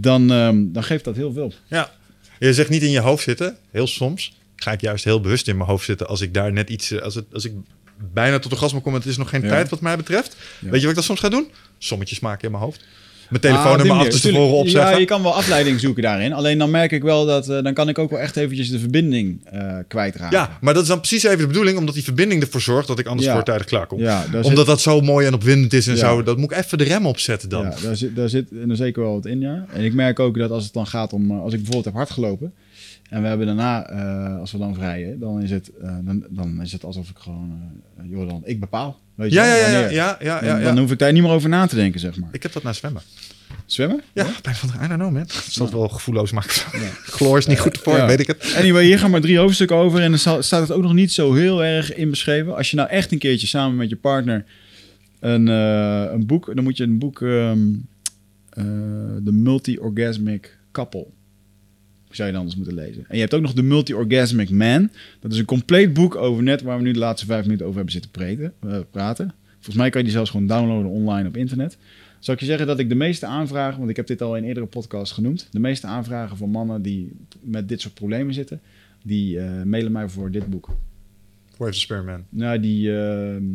dan, um, dan geeft dat heel veel. Ja, je zegt niet in je hoofd zitten. Heel soms ga ik juist heel bewust in mijn hoofd zitten als ik daar net iets... Als, het, als ik bijna tot orgasme kom en het is nog geen ja. tijd wat mij betreft. Ja. Weet je wat ik dan soms ga doen? Sommetjes maken in mijn hoofd. Mijn telefoonnummer ah, achter tevoren opzeggen. Ja, je kan wel afleiding zoeken daarin. Alleen dan merk ik wel dat... Uh, dan kan ik ook wel echt eventjes de verbinding uh, kwijtraken. Ja, maar dat is dan precies even de bedoeling. Omdat die verbinding ervoor zorgt dat ik anders ja. voortijdig klaarkom. Ja, omdat zit... dat zo mooi en opwindend is en ja. zo. Dat moet ik even de rem opzetten dan. Ja, daar zit, daar zit er zeker wel wat in, ja. En ik merk ook dat als het dan gaat om... Als ik bijvoorbeeld heb hard gelopen... En we hebben daarna, uh, als we dan vrijen, dan is het, uh, dan, dan is het alsof ik gewoon... Uh, joh, dan ik bepaal. Weet je ja, wel, ja, ja, ja, ja, ja, ja. Dan hoef ik daar niet meer over na te denken, zeg maar. Ik heb dat na zwemmen. Zwemmen? Ja, ja. Bij van I don't know, man. Dat zal het wel gevoelloos maken. Ja. Chloor is niet goed voor, ja. weet ik het. Anyway, hier gaan maar drie hoofdstukken over. En dan staat het ook nog niet zo heel erg in beschreven. Als je nou echt een keertje samen met je partner een, uh, een boek... Dan moet je een boek... Um, uh, The Multi-Orgasmic Couple... zou je dan anders moeten lezen. En je hebt ook nog The Multi-Orgasmic Man. Dat is een compleet boek over net waar we nu de laatste vijf minuten over hebben zitten preten, uh, praten. Volgens mij kan je die zelfs gewoon downloaden online op internet. Zal ik je zeggen dat ik de meeste aanvragen, want ik heb dit al in eerdere podcasts genoemd, de meeste aanvragen van mannen die met dit soort problemen zitten, die uh, mailen mij voor dit boek. Voor even Spare Man. Nou, die... Uh,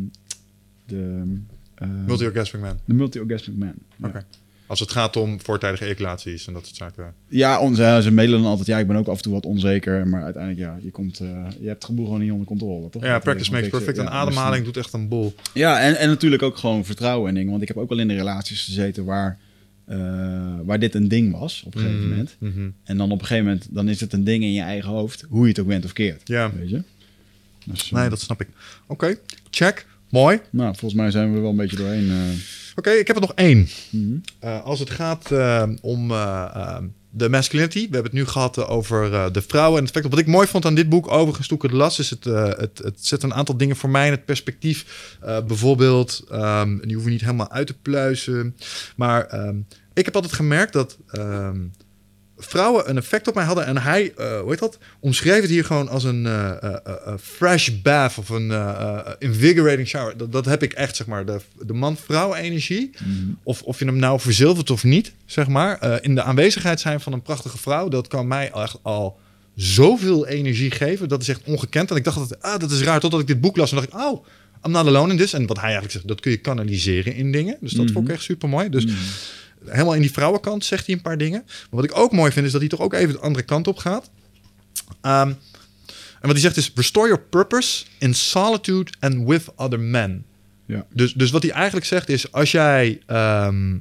de... Uh, Multi-Orgasmic Man. De Multi-Orgasmic Man. Oké. Okay. Als het gaat om voortijdige ejaculaties en dat soort zaken. Ja, onze, ja, ze mailen dan altijd. Ja, ik ben ook af en toe wat onzeker. Maar uiteindelijk, ja, je, komt, uh, je hebt het geboel gewoon niet onder controle, toch? Ja, dat practice makes perfect. En ja, ademhaling doet echt een boel. Ja, en, en natuurlijk ook gewoon vertrouwen en dingen. Want ik heb ook wel in de relaties gezeten waar, uh, waar dit een ding was op een gegeven mm, moment. Mm-hmm. En dan op een gegeven moment, dan is het een ding in je eigen hoofd. Hoe je het ook bent of keert. Ja. Weet je? Dus, nee, uh, dat snap ik. Oké, okay. Check. Mooi. Nou, volgens mij zijn we wel een beetje doorheen... Uh, Oké, okay, ik heb er nog één. Mm-hmm. Uh, als het gaat uh, om uh, uh, de masculinity. We hebben het nu gehad uh, over uh, de vrouwen en het feit. Wat ik mooi vond aan dit boek, overigens toen ik het las, is het, uh, het, het zet een aantal dingen voor mij in het perspectief. Uh, bijvoorbeeld, um, die hoeven niet helemaal uit te pluizen. Maar um, ik heb altijd gemerkt dat um, vrouwen een effect op mij hadden. En hij, uh, hoe heet dat? Omschreef het hier gewoon als een uh, uh, uh, fresh bath of een uh, uh, invigorating shower. Dat, dat heb ik echt, zeg maar. De, de man-vrouw energie. Mm. Of, of je hem nou verzilvert of niet, zeg maar. Uh, in de aanwezigheid zijn van een prachtige vrouw. Dat kan mij echt al zoveel energie geven. Dat is echt ongekend. En ik dacht, dat, ah, dat is raar. Totdat ik dit boek las. En dacht ik, oh, I'm not alone in this. En wat hij eigenlijk zegt, dat kun je kanaliseren in dingen. Dus dat mm-hmm. vond ik echt super mooi. Dus... Mm. Helemaal in die vrouwenkant zegt hij een paar dingen. Maar wat ik ook mooi vind, is dat hij toch ook even de andere kant op gaat. Um, en wat hij zegt is... Restore your purpose in solitude and with other men. Ja. Dus, dus wat hij eigenlijk zegt is... Als jij um,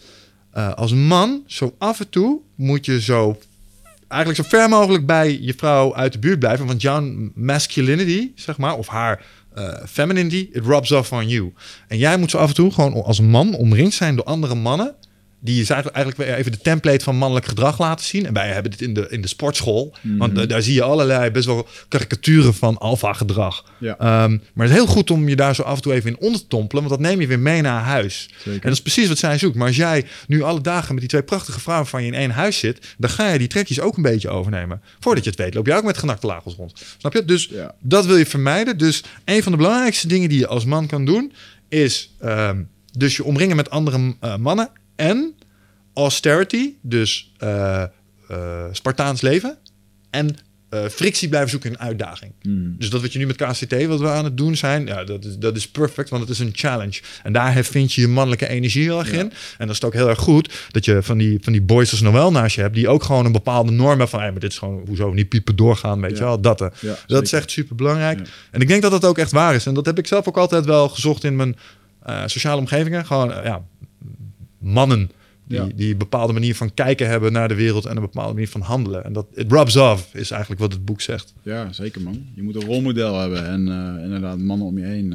uh, als man zo af en toe... moet je zo... eigenlijk zo ver mogelijk bij je vrouw uit de buurt blijven. Want jouw masculinity, zeg maar... of haar uh, femininity, it rubs off on you. En jij moet zo af en toe gewoon als man... omringd zijn door andere mannen... die is eigenlijk weer even de template van mannelijk gedrag laten zien. En wij hebben dit in de, in de sportschool. Mm-hmm. Want uh, daar zie je allerlei best wel karikaturen van alfa gedrag. Ja. Um, maar het is heel goed om je daar zo af en toe even in onder te tompelen. Want dat neem je weer mee naar huis. Zeker. En dat is precies wat zij zoekt. Maar als jij nu alle dagen met die twee prachtige vrouwen van je in één huis zit... dan ga je die trekjes ook een beetje overnemen. Voordat je het weet loop je ook met genakte lagels rond. Snap je? Dus ja. dat wil je vermijden. Dus een van de belangrijkste dingen die je als man kan doen... is um, dus je omringen met andere uh, mannen... en austerity, dus uh, uh, Spartaans leven... en uh, frictie blijven zoeken in een uitdaging. Mm. Dus dat wat je nu met K C T, wat we aan het doen zijn... ja, dat is, dat is perfect, want het is een challenge. En daar vind je je mannelijke energie heel erg ja. in. En dan is het ook heel erg goed dat je van die, van die boys als Noël naast je hebt... die ook gewoon een bepaalde norm hebben van... Hey, maar dit is gewoon, hoezo niet piepen doorgaan, weet ja. je wel, dat. Ja, dat is echt super belangrijk. Ja. En ik denk dat dat ook echt waar is. En dat heb ik zelf ook altijd wel gezocht in mijn uh, sociale omgevingen. Gewoon, uh, ja, mannen... Die, ja. die een bepaalde manier van kijken hebben naar de wereld... en een bepaalde manier van handelen. En dat it rubs off, is eigenlijk wat het boek zegt. Ja, zeker man. Je moet een rolmodel hebben. En uh, inderdaad, mannen om je heen.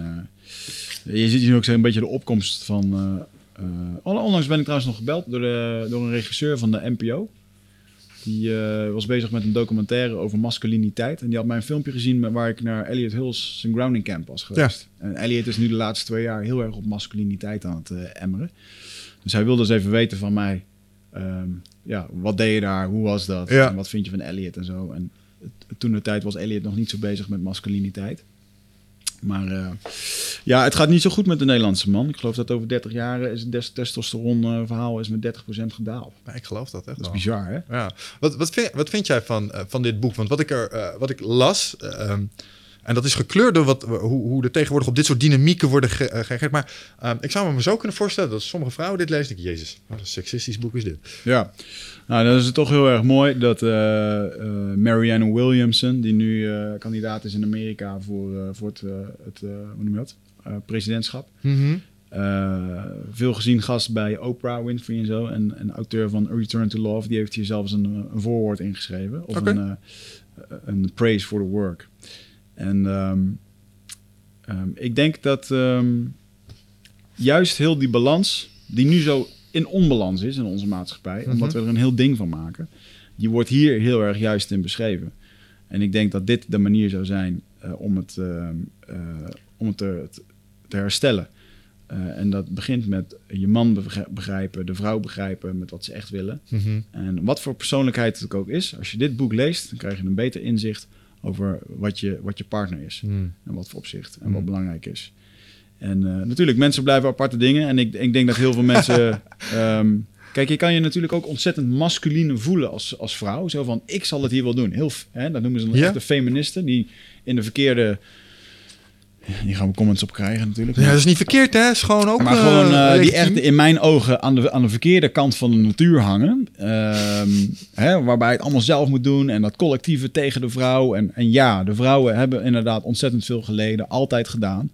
Uh, je ziet hier ook een beetje de opkomst van... Uh, uh, onlangs ben ik trouwens nog gebeld door, de, door een regisseur van de N P O. Die uh, was bezig met een documentaire over masculiniteit. En die had mij een filmpje gezien... waar ik naar Elliot Hills zijn grounding camp was geweest. Ja. En Elliot is nu de laatste twee jaar... heel erg op masculiniteit aan het uh, emmeren. Dus hij wilde dus even weten van mij, um, ja, wat deed je daar, hoe was dat, ja. en wat vind je van Elliot en zo. En toen de tijd was Elliot nog niet zo bezig met masculiniteit. Maar uh, Ja, het gaat niet zo goed met de Nederlandse man. Ik geloof dat over dertig jaar is het testosteron uh, verhaal is met dertig procent gedaald. Ja, ik geloof dat echt. Dat is wel bizar, hè? Ja. Wat, wat, vind, wat vind jij van, uh, van dit boek? Want wat ik er uh, wat ik las, uh, um, en dat is gekleurd door wat, hoe, hoe er tegenwoordig op dit soort dynamieken worden ge, uh, gereageerd. Maar uh, ik zou me zo kunnen voorstellen dat sommige vrouwen dit lezen. Ik denk, jezus, wat een seksistisch boek is dit. Ja, nou dan is het toch heel erg mooi dat uh, uh, Marianne Williamson, die nu uh, kandidaat is in Amerika voor, uh, voor het, uh, het uh, hoe noem je dat? Uh, presidentschap. Mm-hmm. Uh, veel gezien gast bij Oprah Winfrey en zo. En, en auteur van A Return to Love. Die heeft hier zelfs een, een voorwoord ingeschreven. Of okay. een, uh, een praise for the work. En um, um, ik denk dat um, juist heel die balans, die nu zo in onbalans is in onze maatschappij, mm-hmm. omdat we er een heel ding van maken, die wordt hier heel erg juist in beschreven. En ik denk dat dit de manier zou zijn uh, om het, uh, uh, om het te, te herstellen. Uh, en dat begint met je man begrijpen, de vrouw begrijpen met wat ze echt willen. Mm-hmm. En wat voor persoonlijkheid het ook is, als je dit boek leest, dan krijg je een beter inzicht over wat je, wat je partner is. Mm. En wat voor opzicht en mm. wat belangrijk is. En uh, natuurlijk, mensen blijven aparte dingen. En ik, ik denk dat heel veel mensen... Um, kijk, je kan je natuurlijk ook ontzettend masculine voelen als, als vrouw. Zo van, ik zal het hier wel doen. Heel, hè, dat noemen ze dan ja? echt de feministen. Die in de verkeerde... Die gaan we comments op krijgen natuurlijk. Ja, dat is niet verkeerd, hè? Is gewoon ook... Maar uh, gewoon uh, die echt in mijn ogen aan de, aan de verkeerde kant van de natuur hangen. Um, hè, waarbij het allemaal zelf moet doen. En dat collectieve tegen de vrouw. En, en ja, de vrouwen hebben inderdaad ontzettend veel geleden. Altijd gedaan.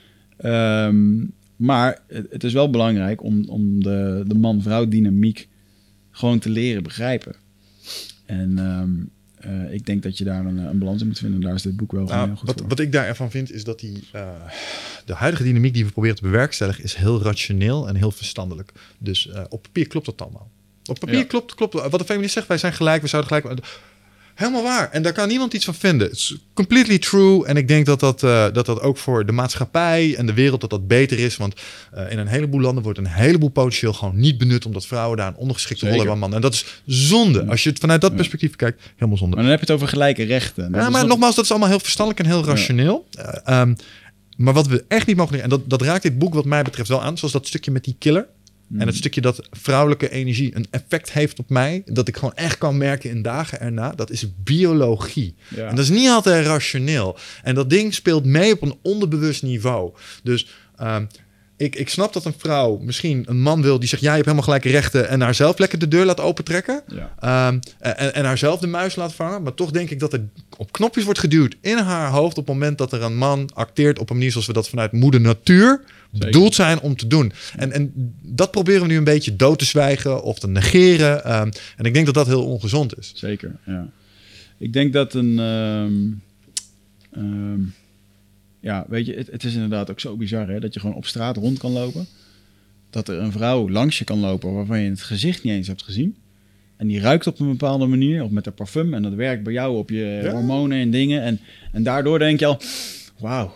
Um, maar het, het is wel belangrijk om, om de, de man-vrouw dynamiek gewoon te leren begrijpen. En... Um, Uh, ik denk dat je daar een, een balans in moet vinden. Daar is dit boek wel nou, heel goed wat, voor. Wat ik daarvan vind is dat die, uh, de huidige dynamiek die we proberen te bewerkstelligen is heel rationeel en heel verstandelijk. Dus uh, op papier klopt dat allemaal. Op papier ja. klopt, klopt. Wat de feminist zegt, wij zijn gelijk, we zouden gelijk... Helemaal waar. En daar kan niemand iets van vinden. Het is completely true. En ik denk dat dat, uh, dat dat ook voor de maatschappij en de wereld dat dat beter is. Want uh, in een heleboel landen wordt een heleboel potentieel gewoon niet benut, omdat vrouwen daar een ondergeschikte rol hebben aan mannen. En dat is zonde. Als je het vanuit dat perspectief kijkt, helemaal zonde. Maar dan heb je het over gelijke rechten. Ja, maar nogmaals, dat is allemaal heel verstandelijk en heel rationeel. Ja. Uh, um, maar wat we echt niet mogen doen, en dat, dat raakt dit boek wat mij betreft wel aan, zoals dat stukje met die killer. En het stukje dat vrouwelijke energie een effect heeft op mij, dat ik gewoon echt kan merken in dagen erna, dat is biologie. Ja. En dat is niet altijd rationeel. En dat ding speelt mee op een onderbewust niveau. Dus um, ik, ik snap dat een vrouw misschien een man wil die zegt, ja, je hebt helemaal gelijke rechten, en haar zelf lekker de deur laat opentrekken. Ja. Um, en, en haar zelf de muis laat vangen. Maar toch denk ik dat er op knopjes wordt geduwd in haar hoofd op het moment dat er een man acteert op een manier zoals we dat vanuit moeder natuur Zeker. bedoeld zijn om te doen. En, en dat proberen we nu een beetje dood te zwijgen of te negeren. Um, en ik denk dat dat heel ongezond is. Zeker, ja. Ik denk dat een... Um, um, ja, weet je, het, het is inderdaad ook zo bizar, hè, dat je gewoon op straat rond kan lopen. Dat er een vrouw langs je kan lopen waarvan je het gezicht niet eens hebt gezien. En die ruikt op een bepaalde manier, of met een parfum. En dat werkt bij jou op je ja. hormonen en dingen. En, en daardoor denk je al, wauw.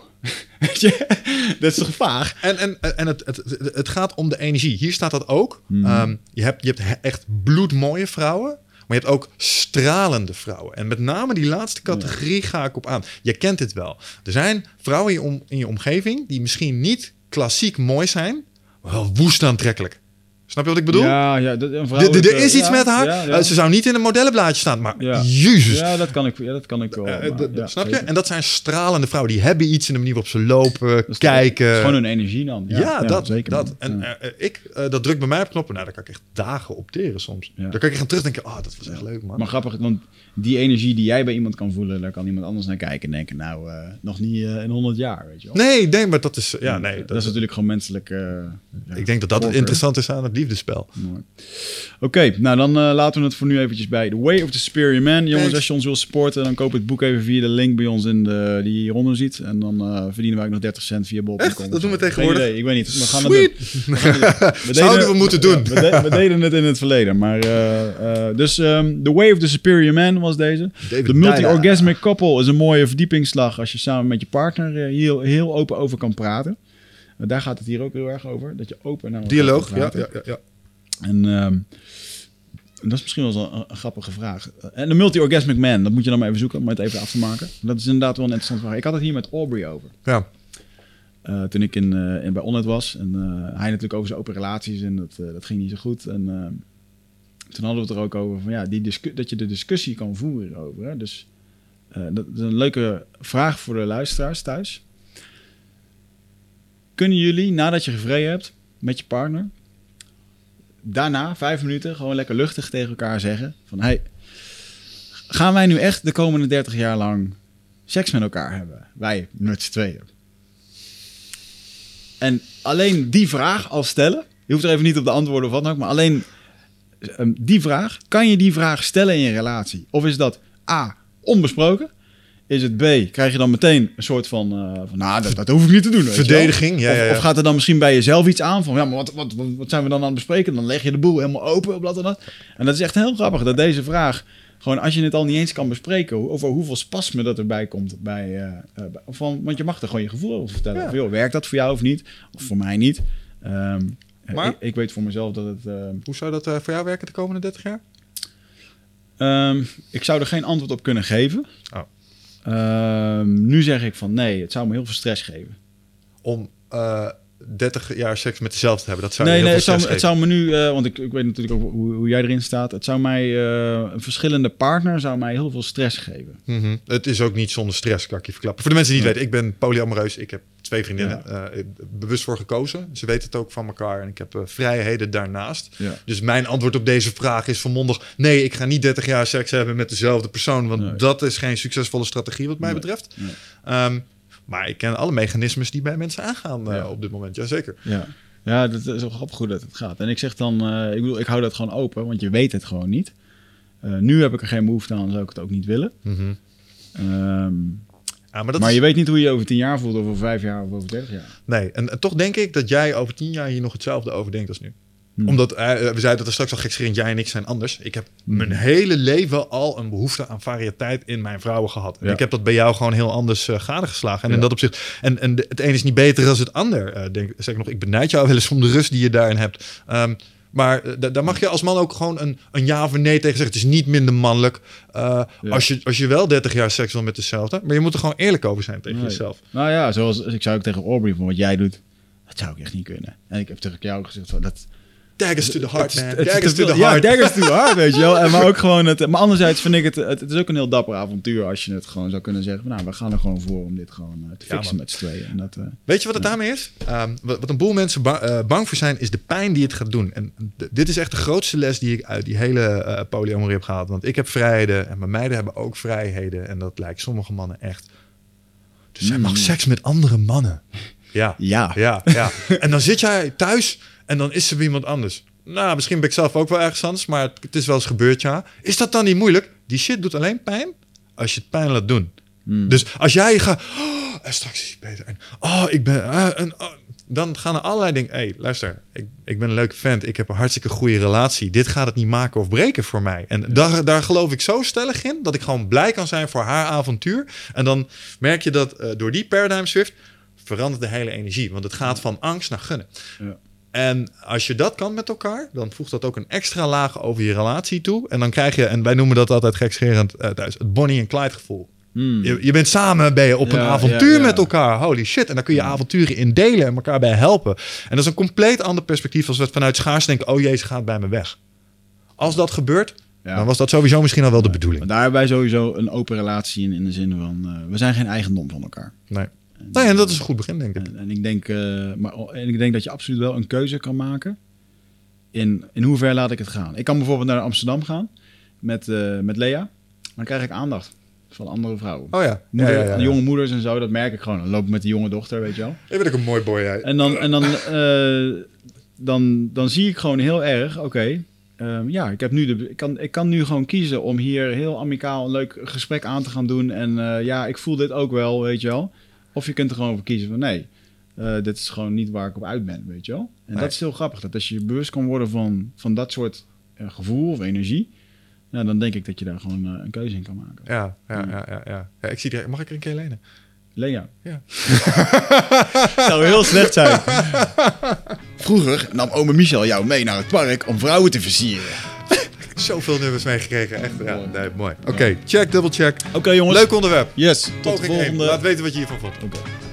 Dat is toch vaag? En, en, en het, het, het gaat om de energie. Hier staat dat ook. Hmm. Um, je, hebt, je hebt echt bloedmooie vrouwen. Maar je hebt ook stralende vrouwen. En met name die laatste categorie ja. ga ik op aan. Je kent het wel. Er zijn vrouwen in je, om, in je omgeving die misschien niet klassiek mooi zijn, maar wel woest aantrekkelijk. Snap je wat ik bedoel? Ja, ja. Een vrouw de, de, er is uh, iets ja, met haar. Ja, ja. Uh, ze zou niet in een modellenblaadje staan, maar ja. jezus. Ja, dat kan ik, ja, dat kan ik wel. Uh, maar, d- d- ja, snap zeker. je? En dat zijn stralende vrouwen. Die hebben iets in de manier waarop ze lopen, dat kijken. Dat is gewoon hun energie dan. Ja, ja, ja dat. zeker. dat. En ja. uh, ik, uh, dat drukt bij mij op knoppen. Nou, daar kan ik echt dagen opteren soms. Ja. Daar kan ik echt terugdenken. Oh, dat was echt leuk, man. Maar grappig, want die energie die jij bij iemand kan voelen, daar kan iemand anders naar kijken en denken, nou, uh, nog niet uh, in honderd jaar, weet je wel. Nee, nee, maar dat is... Ja, nee, dat, dat is natuurlijk gewoon menselijk... Uh, ja, ik denk dat dat voorkeur. Interessant is aan het liefdesspel. Mooi. Oké, okay, nou dan uh, laten we het voor nu eventjes bij The Way of the Superior Man. Jongens, Thanks. Als je ons wil supporten, dan koop het boek even via de link bij ons in de, die je hieronder ziet. En dan uh, verdienen wij ook nog dertig cent via bol punt com. Echt? Dat doen we tegenwoordig? Geen idee, ik weet niet. We gaan Sweet! Het doen. We gaan het doen. We Zouden deden, we moeten doen. Ja, we, de, we deden het in het verleden. Maar, uh, uh, dus um, The Way of the Superior Man was deze. De multi-orgasmic couple is een mooie verdiepingsslag als je samen met je partner uh, hier heel open over kan praten. Uh, daar gaat het hier ook heel erg over. Dat je open naar dialoog, ja, ja, ja, ja. En um, dat is misschien wel eens een, een grappige vraag. En de multi-orgasmic man, dat moet je dan maar even zoeken om het even af te maken. Dat is inderdaad wel een interessante vraag. Ik had het hier met Aubrey over. Ja. Uh, toen ik in, uh, in bij Onnet was. En uh, hij natuurlijk over zijn open relaties en dat, uh, dat ging niet zo goed. En uh, toen hadden we het er ook over van ja, die discu- dat je de discussie kan voeren hierover. Hè? Dus uh, dat is een leuke vraag voor de luisteraars thuis. Kunnen jullie, nadat je gevreden hebt met je partner, daarna vijf minuten gewoon lekker luchtig tegen elkaar zeggen van hey, gaan wij nu echt de komende dertig jaar lang seks met elkaar hebben? Wij met z'n tweeën. En alleen die vraag al stellen, je hoeft er even niet op de antwoorden of wat dan ook, maar alleen um, die vraag, kan je die vraag stellen in je relatie? Of is dat A, onbesproken? Is het B, krijg je dan meteen een soort van, uh, van nou, dat, dat hoef ik niet te doen. Weet Verdediging, je wel? ja, ja, ja. Of, of gaat er dan misschien bij jezelf iets aan van, ja, maar wat, wat, wat, wat zijn we dan aan het bespreken? Dan leg je de boel helemaal open op dat en dat. En dat is echt heel grappig, dat deze vraag, gewoon als je het al niet eens kan bespreken, over hoeveel spasme dat erbij komt bij, uh, uh, van, want je mag er gewoon je gevoel over vertellen. Ja. Of, joh, werkt dat voor jou of niet? Of voor mij niet? Um, maar? Ik, ik weet voor mezelf dat het... Uh, Hoe zou dat uh, voor jou werken de komende dertig jaar? Um, ik zou er geen antwoord op kunnen geven. Oh. Um, nu zeg ik van nee, het zou me heel veel stress geven. Om uh, dertig jaar seks met jezelf te hebben, dat zou nee, heel nee, veel het stress zou, geven. het zou me nu, uh, want ik, ik weet natuurlijk ook hoe, hoe jij erin staat. Het zou mij, uh, een verschillende partner zou mij heel veel stress geven. Mm-hmm. Het is ook niet zonder stress, kan ik je verklappen. Voor de mensen die het nee. weten, ik ben polyamoreus. Ik heb twee vriendinnen, ja. uh, bewust voor gekozen. Ze weten het ook van elkaar en ik heb uh, vrijheden daarnaast. Ja. Dus mijn antwoord op deze vraag is volmondig: nee, ik ga niet dertig jaar seks hebben met dezelfde persoon, want nee. dat is geen succesvolle strategie wat mij nee. betreft. Nee. Um, maar ik ken alle mechanismes die bij mensen aangaan uh, ja. op dit moment, jazeker. Ja. Ja, dat is ook grappig hoe dat het gaat. En ik zeg dan, uh, ik bedoel, ik hou dat gewoon open, want je weet het gewoon niet. Uh, nu heb ik er geen behoefte aan, zou ik het ook niet willen. Mm-hmm. Um, Ja, maar dat maar is... je weet niet hoe je je over tien jaar voelt, of over vijf jaar, of over dertig jaar. Nee, en, en toch denk ik dat jij over tien jaar hier nog hetzelfde over denkt als nu. Hmm. Omdat, uh, we zeiden dat er straks al gekscherend, jij en ik zijn anders. Ik heb hmm. mijn hele leven al een behoefte aan variëteit in mijn vrouwen gehad. En ja. ik heb dat bij jou gewoon heel anders uh, gadegeslagen. En ja. in dat opzicht, en, en de, het een is niet beter dan het ander. Uh, denk, zeg ik nog, ik benijd jou wel eens om de rust die je daarin hebt. Um, Maar uh, d- daar mag je als man ook gewoon een, een ja of een nee tegen zeggen. Het is niet minder mannelijk. Uh, ja. als, je, als je wel dertig jaar seks wil met dezelfde. Maar je moet er gewoon eerlijk over zijn tegen nee. jezelf. Nou ja, zoals ik zou ook tegen Aubrey van wat jij doet. Dat zou ik echt niet kunnen. En ik heb tegen jou ook gezegd van dat... Daggers to the heart, man. Het, daggers to the ja, heart. daggers to the heart, weet je wel. En maar ook gewoon het... Maar anderzijds vind ik het... Het, het is ook een heel dapper avontuur als je het gewoon zou kunnen zeggen. Nou, we gaan er gewoon voor om dit gewoon uh, te fixen ja, met z'n tweeën. En dat, uh, weet je wat het ja. daarmee is? Um, wat, wat een boel mensen ba- uh, bang voor zijn, is de pijn die het gaat doen. En d- dit is echt de grootste les die ik uit die hele uh, polyamorie heb gehaald. Want ik heb vrijheden en mijn meiden hebben ook vrijheden. En dat lijkt sommige mannen echt... Dus zij mm. mag seks met andere mannen. Ja, ja. ja, ja. En dan zit jij thuis en dan is er weer iemand anders. Nou, misschien ben ik zelf ook wel ergens anders, maar het is wel eens gebeurd, ja. Is dat dan niet moeilijk? Die shit doet alleen pijn als je het pijn laat doen. Mm. Dus als jij gaat... Oh, en straks is het beter. En, oh, ik ben... Uh, en, oh, dan gaan er allerlei dingen... Hé, hey, luister. Ik, ik ben een leuke vent. Ik heb een hartstikke goede relatie. Dit gaat het niet maken of breken voor mij. En ja. daar, daar geloof ik zo stellig in... dat ik gewoon blij kan zijn voor haar avontuur. En dan merk je dat uh, door die paradigm shift... verandert de hele energie. Want het gaat van angst naar gunnen. Ja. En als je dat kan met elkaar, dan voegt dat ook een extra laag over je relatie toe. En dan krijg je, en wij noemen dat altijd gekscherend uh, thuis, het Bonnie en Clyde gevoel. Mm. Je, je bent samen ben je op ja, een avontuur ja, ja. met elkaar. Holy shit. En daar kun je avonturen in delen en elkaar bij helpen. En dat is een compleet ander perspectief als we vanuit schaars denken, oh jee, ze gaat bij me weg. Als dat gebeurt, ja. dan was dat sowieso misschien al wel de bedoeling. Maar daar hebben wij sowieso een open relatie in, in de zin van, uh, we zijn geen eigendom van elkaar. Nee. En, nou ja, en dat is een goed begin, denk ik. En, en, ik denk, uh, maar, en ik denk dat je absoluut wel een keuze kan maken. In, in hoever laat ik het gaan. Ik kan bijvoorbeeld naar Amsterdam gaan met, uh, met Lea. Maar dan krijg ik aandacht van andere vrouwen. Oh ja. Moeder, ja, ja, ja, ja. Jonge moeders en zo, dat merk ik gewoon. Dan loop ik met de jonge dochter, weet je wel. Je bent ook een mooi boy, jij. En dan, en dan, uh, dan, dan zie ik gewoon heel erg, oké... Okay, Um, ja, ik, heb nu de, ik, kan, ik kan nu gewoon kiezen om hier heel amicaal een leuk gesprek aan te gaan doen. En uh, ja, ik voel dit ook wel, weet je wel. Of je kunt er gewoon voor kiezen van nee, uh, dit is gewoon niet waar ik op uit ben, weet je wel. En nee. dat is heel grappig, dat als je bewust kan worden van, van dat soort uh, gevoel of energie, nou, dan denk ik dat je daar gewoon uh, een keuze in kan maken. Ja, ja, ja, ja, ja. ja ik zie die, mag ik er een keer lenen? Lea. Ja. zou heel slecht zijn. Vroeger nam ome Michel jou mee naar het park om vrouwen te versieren. Zoveel nummers meegekregen, echt. Ja, nee, mooi. Oké, okay, check, double check. Oké okay, jongens. Leuk onderwerp. Yes, tot Poging de volgende. één. Laat weten wat je hiervan vond. Oké. Okay.